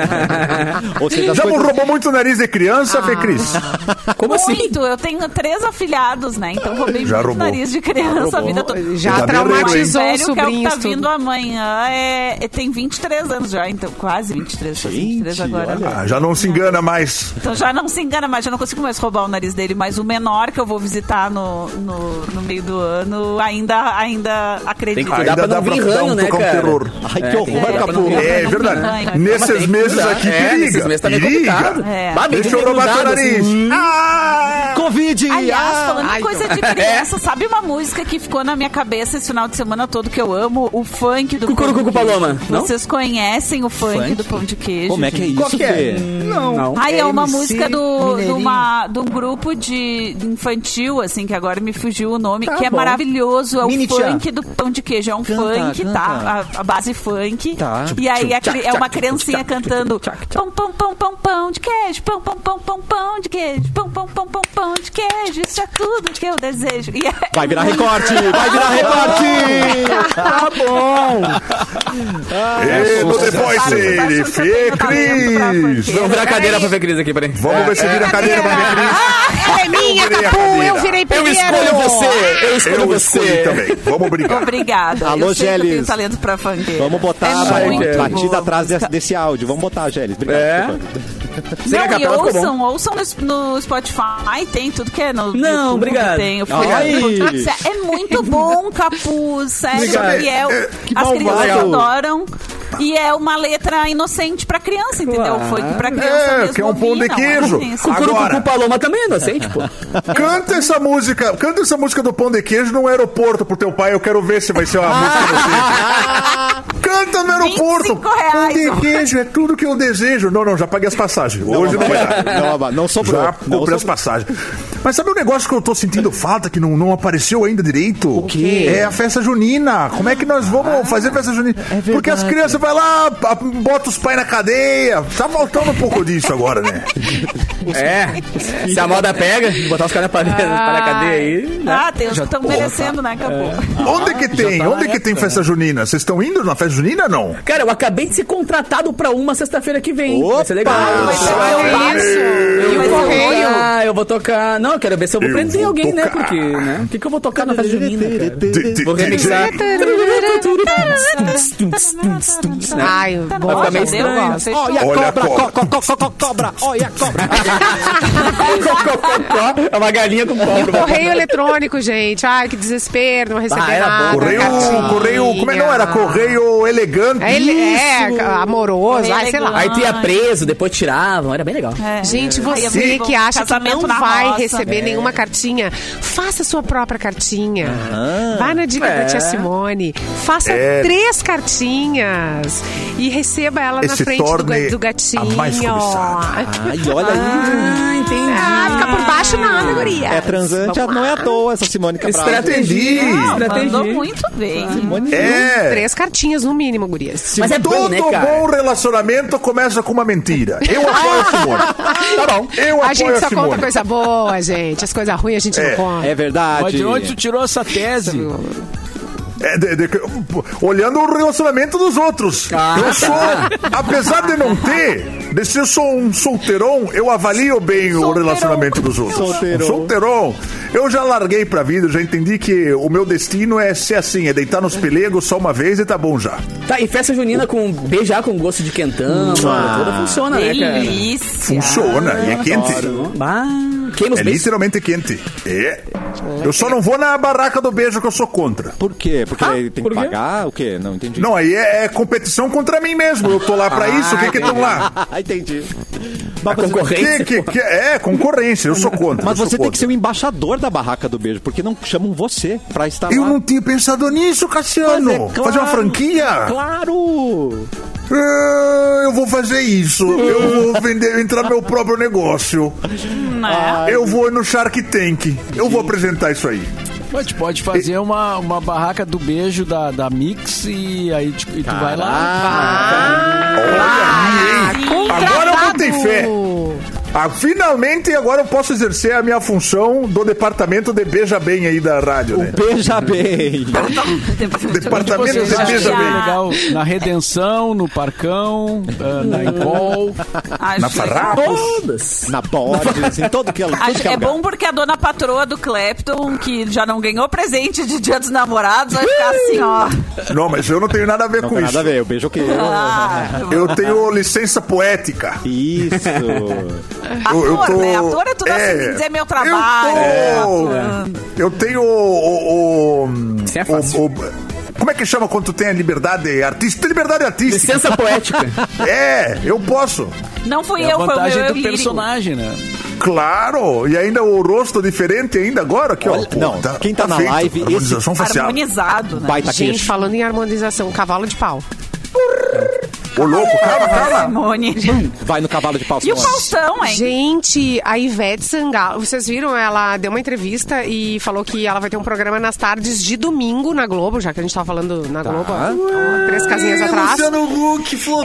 A: Ou seja, as
C: Já
A: coisas...
C: roubou muito o nariz de criança, Fê Cris?
H: Como assim?
D: Muito, eu tenho 3 afilhados, né? Então roubei
C: Já
D: muito
C: roubou.
D: nariz de criança a vida toda.
B: Já
C: Tá
B: traumatizou
D: O
B: os
D: velho, que é o que
B: sobrinhos.
D: tá vindo
B: tudo.
D: amanhã, tem 23 anos já, então quase 23, faz 23 agora.
C: Ah, já não se engana mais.
D: Então já não se engana mais, já não consigo mais roubar o nariz dele, mas o menor que eu vou visitar no meio do ano ainda acredito.
H: Tem que cuidar pra
C: Ainda
H: não
C: dá
H: vir
C: pra dar
H: ranho, né,
C: tocar um
H: cara?
C: terror.
A: Ai, que
H: tem
A: horror,
H: que-
A: Capu.
H: tem que-
C: É
D: Não,
C: verdade.
D: não, não.
C: Nesses
H: Mas tem que
C: meses
H: cuidar.
C: aqui,
H: Nesses
C: periga.
H: meses tá meio
C: Periga.
H: complicado.
D: É.
H: Bah, bem
C: Deixa eu roubar teu
H: grudado,
C: nariz.
H: assim.
A: Covid!
D: Aliás, falando
B: Ai,
D: em coisa de criança, sabe uma música que ficou na minha cabeça esse final de semana todo que eu amo? O funk do
H: Cucurucu
D: Pão de
H: Paloma,
D: Queijo.
H: não?
D: Vocês conhecem o funk do Pão de Queijo?
A: Como é que é
D: gente?
A: isso,
E: que é?
A: Fê?
H: Não.
D: Ai, é uma
E: MC
D: música de
E: Mineirinho.
D: um grupo de infantil, assim, que agora me fugiu o nome,
E: Tá
D: que é
E: bom.
D: maravilhoso. É o
E: Mini
D: funk do Pão de Queijo. É um funk,
A: canta.
D: tá? A base funk.
A: Tá.
D: E aí é uma criancinha cantando pão, pão, pão, pão, pão de queijo, pão, pão, pão, pão, pão de queijo, pão, pão, pão, pão, pão de queijo. Isso é tudo que eu desejo. E
A: Vai virar recorte! Vai virar recorte!
H: Tá bom.
C: E no The Voice, ele, Fê Cris.
H: Vamos virar a cadeira pra ver Cris aqui, peraí.
C: Vamos ver se vira a cadeira pra Fê Cris.
B: Ela é minha,
C: virei a
B: Capu,
C: cadeira.
B: eu virei
H: Eu
B: primeiro.
H: escolho você. Eu escolho
C: Eu
H: você.
C: escolhi também. Vamos brigar.
D: Obrigada.
A: Alô,
D: eu sei que eu tenho
A: Gélis.
D: talento pra funk.
A: Vamos botar
D: É muito
A: batida
D: boa
A: atrás
D: música.
A: desse áudio. Vamos botar, Gélis. Obrigado.
H: É. Sem a
A: é
D: Não, e
H: capela ficou bom.
D: ouçam no Spotify, tem tudo que é no
H: Não,
D: YouTube,
H: obrigado.
D: tem o
A: Ai.
D: É muito bom, Capu, sério.
H: Obrigado.
D: E é,
A: Que
D: as crianças
A: malvado.
D: adoram. E é uma letra inocente pra criança, entendeu? Foi pra criança mesmo
C: que é um pão de
D: ouvir, não,
C: queijo.
D: assim, assim.
C: Agora.
H: Cucurucu Paloma também é inocente, pô.
C: Canta essa música do Pão de Queijo no aeroporto pro teu pai. Eu quero ver se vai ser uma música inocente. Canta no aeroporto.
D: R$25.
C: Pão de queijo é tudo que eu desejo. Não, já paguei as passagens. Hoje não vai dar.
A: Não sobrou.
C: Já comprei as passagens. Mas sabe um negócio que eu tô sentindo falta, que não apareceu ainda direito? O
A: quê?
C: É a festa junina. Como é que nós vamos fazer festa junina? Porque as crianças vão lá, bota os pais na cadeia. Tá faltando um pouco disso agora, né?
H: É. Se a moda pega, botar os caras para a cadeia aí. Né?
D: Ah, tem os que estão merecendo, né, Capu?
C: Onde que tem?
F: tá
C: Onde
F: na
C: que tem
F: época,
C: festa junina? Vocês estão indo na festa junina, não?
H: Cara, eu acabei de ser contratado pra uma sexta-feira que vem. Vai ser legal.
D: Vai ser
B: E o
D: Vai ser
B: correio?
H: Eu vou tocar. Não, eu quero ver se eu vou
C: Eu
H: prender
C: vou
H: alguém, né?
C: tocar.
H: Porque, né? O que eu vou tocar na festa junina, cara? Vou remixar.
B: Ai,
H: Vai
B: bom,
H: ficar meio
D: Deu,
H: estranho.
D: ó, fechou.
A: Olha a
C: Olha a
A: cobra, cobra, olha a cobra.
H: É uma galinha com
B: E
H: cobra.
B: o correio eletrônico, gente. Ai, que desespero, não receber
H: era
B: nada.
H: bom.
C: Correio, como é que não era? Correio elegante.
B: Amoroso, ai, sei lá.
H: Aí tu ia preso, depois tiravam. Era bem legal.
D: É.
B: Gente,
D: Aí é
B: você
D: muito
B: que
D: bom.
B: acha que
D: Casamento
B: não
D: na
B: vai
D: roça.
B: receber nenhuma cartinha, faça sua própria cartinha. Vai na dica da tia Simone, Faça 3 cartinhas e receba ela na frente do gatinho.
C: A mais cobiçada.
A: Ai, olha aí.
B: Entendi. Fica por baixo nada, guria.
A: É transante, não é à toa essa Simone Cabral.
D: Mandou muito bem.
A: Simone
B: 3 cartinhas no mínimo, gurias.
H: Mas é bom, né, cara?
C: Todo bom relacionamento começa com uma mentira. Eu apoio a Simone. Tá bom. Eu
B: A
C: apoio
B: gente só
C: Simone.
B: conta coisa boa, gente. As coisas ruins a gente não conta.
A: É verdade.
F: Mas de onde tu tirou essa tese?
C: Olhando o relacionamento dos outros. Eu sou, apesar de não ter, de ser só um solteirão, eu avalio bem o relacionamento dos outros. Solteirão. Eu já larguei pra vida, já entendi que o meu destino é ser assim, é deitar nos pelegos só uma vez e tá bom já.
H: Tá, e festa junina com beijar com gosto de quentão, toda funciona, né, cara?
D: Delícia.
C: Funciona, e é quente.
H: Queima os
C: É
H: beijos.
C: literalmente quente. É. Eu só não vou na barraca do beijo que eu sou contra.
A: Por quê? Porque aí tem que pagar? O quê? Não entendi.
C: Não, aí é competição contra mim mesmo. Eu tô lá pra isso, o que que estão lá?
A: Entendi.
H: A concorrência.
C: Concorrência, eu sou contra.
A: Mas
C: eu sou
A: você tem
C: contra.
A: que ser o embaixador da barraca do beijo, porque não chamam você pra estar
C: Eu
A: lá.
C: não tinha pensado nisso, Cassiano.
A: Mas é claro,
C: Fazer uma franquia?
A: Claro!
C: Eu vou fazer isso. Eu vou entrar no meu próprio negócio. Eu vou no Shark Tank. Eu vou apresentar isso aí.
F: Mas tu pode fazer uma barraca do beijo da Mix e aí tu vai lá.
C: Agora eu botei fé. Finalmente, agora eu posso exercer a minha função do departamento de Beija Bem aí da rádio, né?
A: Beija bem!
C: Departamento de
F: Vocês acham
C: Beija Bem.
F: legal na Redenção, no Parcão, na Icol.
C: Na Farrapos.
H: Todas.
A: Na Borges, em todo que é lugar.
D: É bom porque a dona patroa do Clapton, que já não ganhou presente de Dia dos Namorados, vai ficar assim, ó.
C: Não, mas eu não tenho nada a ver
A: Não
C: com
A: tem
C: isso.
A: nada a ver, eu beijo o quê?
C: Eu tenho licença poética.
A: Isso!
D: Ator, né? Ator é tudo assim, dizer meu trabalho.
C: Eu tenho
H: Isso é fácil.
C: como é que chama quando tu tem a liberdade artística? Liberdade artística.
H: Licença poética.
C: Eu posso.
D: Não fui
F: É a
D: eu, foi o
F: vantagem
D: meu
F: do
D: lírico.
F: personagem, né?
C: Claro. E ainda o rosto diferente ainda agora aqui, ó. Pô,
A: não, quem tá na
C: feito.
A: live,
C: Harmonização facial.
D: Harmonizado, né?
A: Baita
B: Gente,
A: queixo.
B: falando em harmonização, cavalo de pau.
C: Ô, louco, calma.
D: Simone.
A: Vai no cavalo de pau.
D: E o
A: Simone.
D: Faustão, hein?
B: Gente, a Ivete Sangalo, vocês viram? Ela deu uma entrevista e falou que ela vai ter um programa nas tardes de domingo na Globo, já que a gente tava falando na Globo há 3 casinhas atrás.
E: Luciano Huck flopou.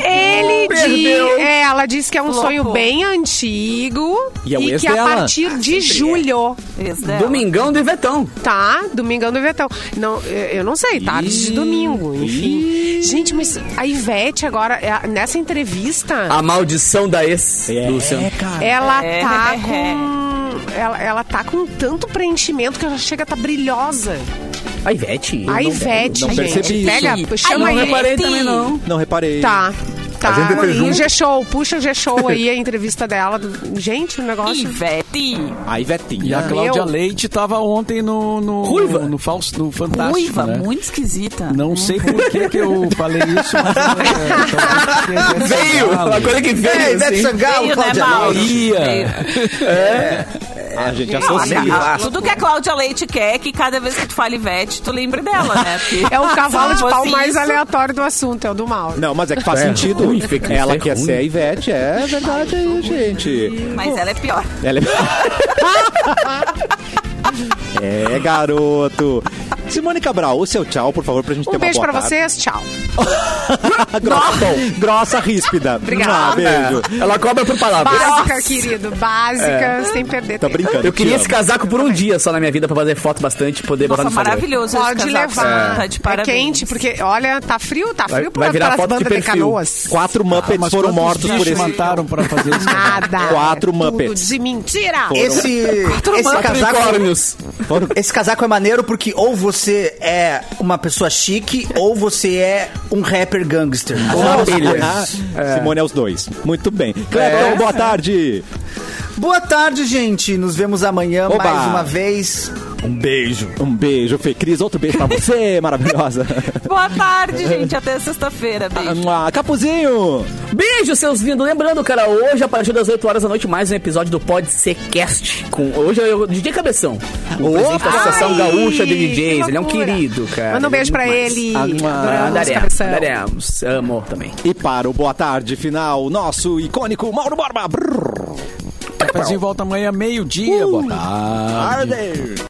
B: Ela disse que é um
D: Flopou.
B: sonho bem antigo
A: E é o
B: e
A: ex
B: que a
A: dela.
B: partir de julho,
D: Esse dela.
H: Domingão do Ivetão.
B: tá? Domingão do Ivetão. Não, eu não sei, tarde de domingo, enfim. Gente, mas a Ivete agora, nessa entrevista,
H: A maldição da ex do Luciano.
B: ela tá com... Ela tá com tanto preenchimento que ela chega a tá brilhosa.
H: A Ivete?
B: A Ivete,
A: não
B: gente.
A: percebi
B: Pega,
A: isso.
B: chama
H: Não
B: aí.
H: reparei também, não.
A: Não reparei.
B: Tá.
C: A gente fez
B: E o
C: junto.
B: G-Show, puxa o G-Show aí, a entrevista dela. Gente, o negócio...
D: Ivete.
A: A Ivetinha.
F: E a Cláudia
B: Meu.
F: Leite tava ontem no
H: Ruiva.
F: no Fantástico,
D: Ruiva,
F: né?
D: muito esquisita.
F: Não sei por que eu falei isso, mas...
H: Veio! Uma coisa que veio,
E: Ivete
H: assim.
E: Sangalo,
D: Veio, né,
E: Cláudia
D: Mauro?
E: Leite.
A: A gente
D: Não,
A: associa.
D: tudo que a Cláudia Leite quer é que cada vez que tu fala Ivete, tu lembre dela, né? Porque
B: É o cavalo de
D: se
B: pau
D: fosse
B: mais
D: isso-
B: aleatório do assunto, é o do mal.
A: Não, mas é que faz sentido.
H: ruim, Fê, que
A: Ela
H: isso é
A: quer
H: ruim.
A: ser a Ivete, é verdade aí, gente.
D: Mas ela é pior.
A: Ela é... garoto. Simone Cabral, o seu tchau, por favor, pra gente ter
B: Um
A: uma
B: beijo
A: boa
B: pra
A: tarde.
B: vocês, tchau.
A: Grossa, ríspida.
B: Obrigada.
A: Beijo.
H: Ela cobra por palavras.
B: Básica, querido, básica, sem perder
A: Tô
B: tempo.
A: brincando.
H: Eu queria
A: te
H: esse
A: amo.
H: casaco por um dia só na minha vida pra fazer foto bastante e poder botar
D: Nossa,
H: no Instagram.
D: maravilhoso
B: Pode
D: esse casaco.
B: levar.
D: Tá de
B: É
D: parabéns.
B: quente, porque, olha, tá frio
H: Vai
B: para
H: virar
B: as
H: foto de
B: bandas de
H: perfil.
B: Canoas.
A: 4 Muppets
F: Mas
A: foram
F: quantos
A: mortos por
F: bichos
A: esse...
F: mataram pra fazer isso?
B: Nada.
A: 4
B: é tudo
A: Muppets.
B: de mentira.
E: Esse casaco,
H: Unicórnios.
E: esse casaco é maneiro porque ou você é uma pessoa chique ou você é um rapper gangster.
A: Simone é os dois. Muito bem. Clepton, boa tarde.
E: Boa tarde, gente. Nos vemos amanhã
A: Oba.
E: mais uma vez. Um beijo.
A: Um beijo, Fê Cris. Outro beijo pra você, maravilhosa.
D: Boa tarde, gente. Até sexta-feira. Beijo.
A: Capuzinho.
H: Beijo, seus lindos. Lembrando, cara, hoje, a partir das 8 horas da noite, mais um episódio do Pode Ser Cast. Hoje é o DJ Cabeção. O presidente da Associação Gaúcha de DJs. Ele é um querido, cara.
B: Manda um beijo pra ele.
H: Daremos. Amo também.
A: E para o boa tarde final, nosso icônico Mauro Borba.
F: Cafézinho volta amanhã, meio-dia. Boa tarde.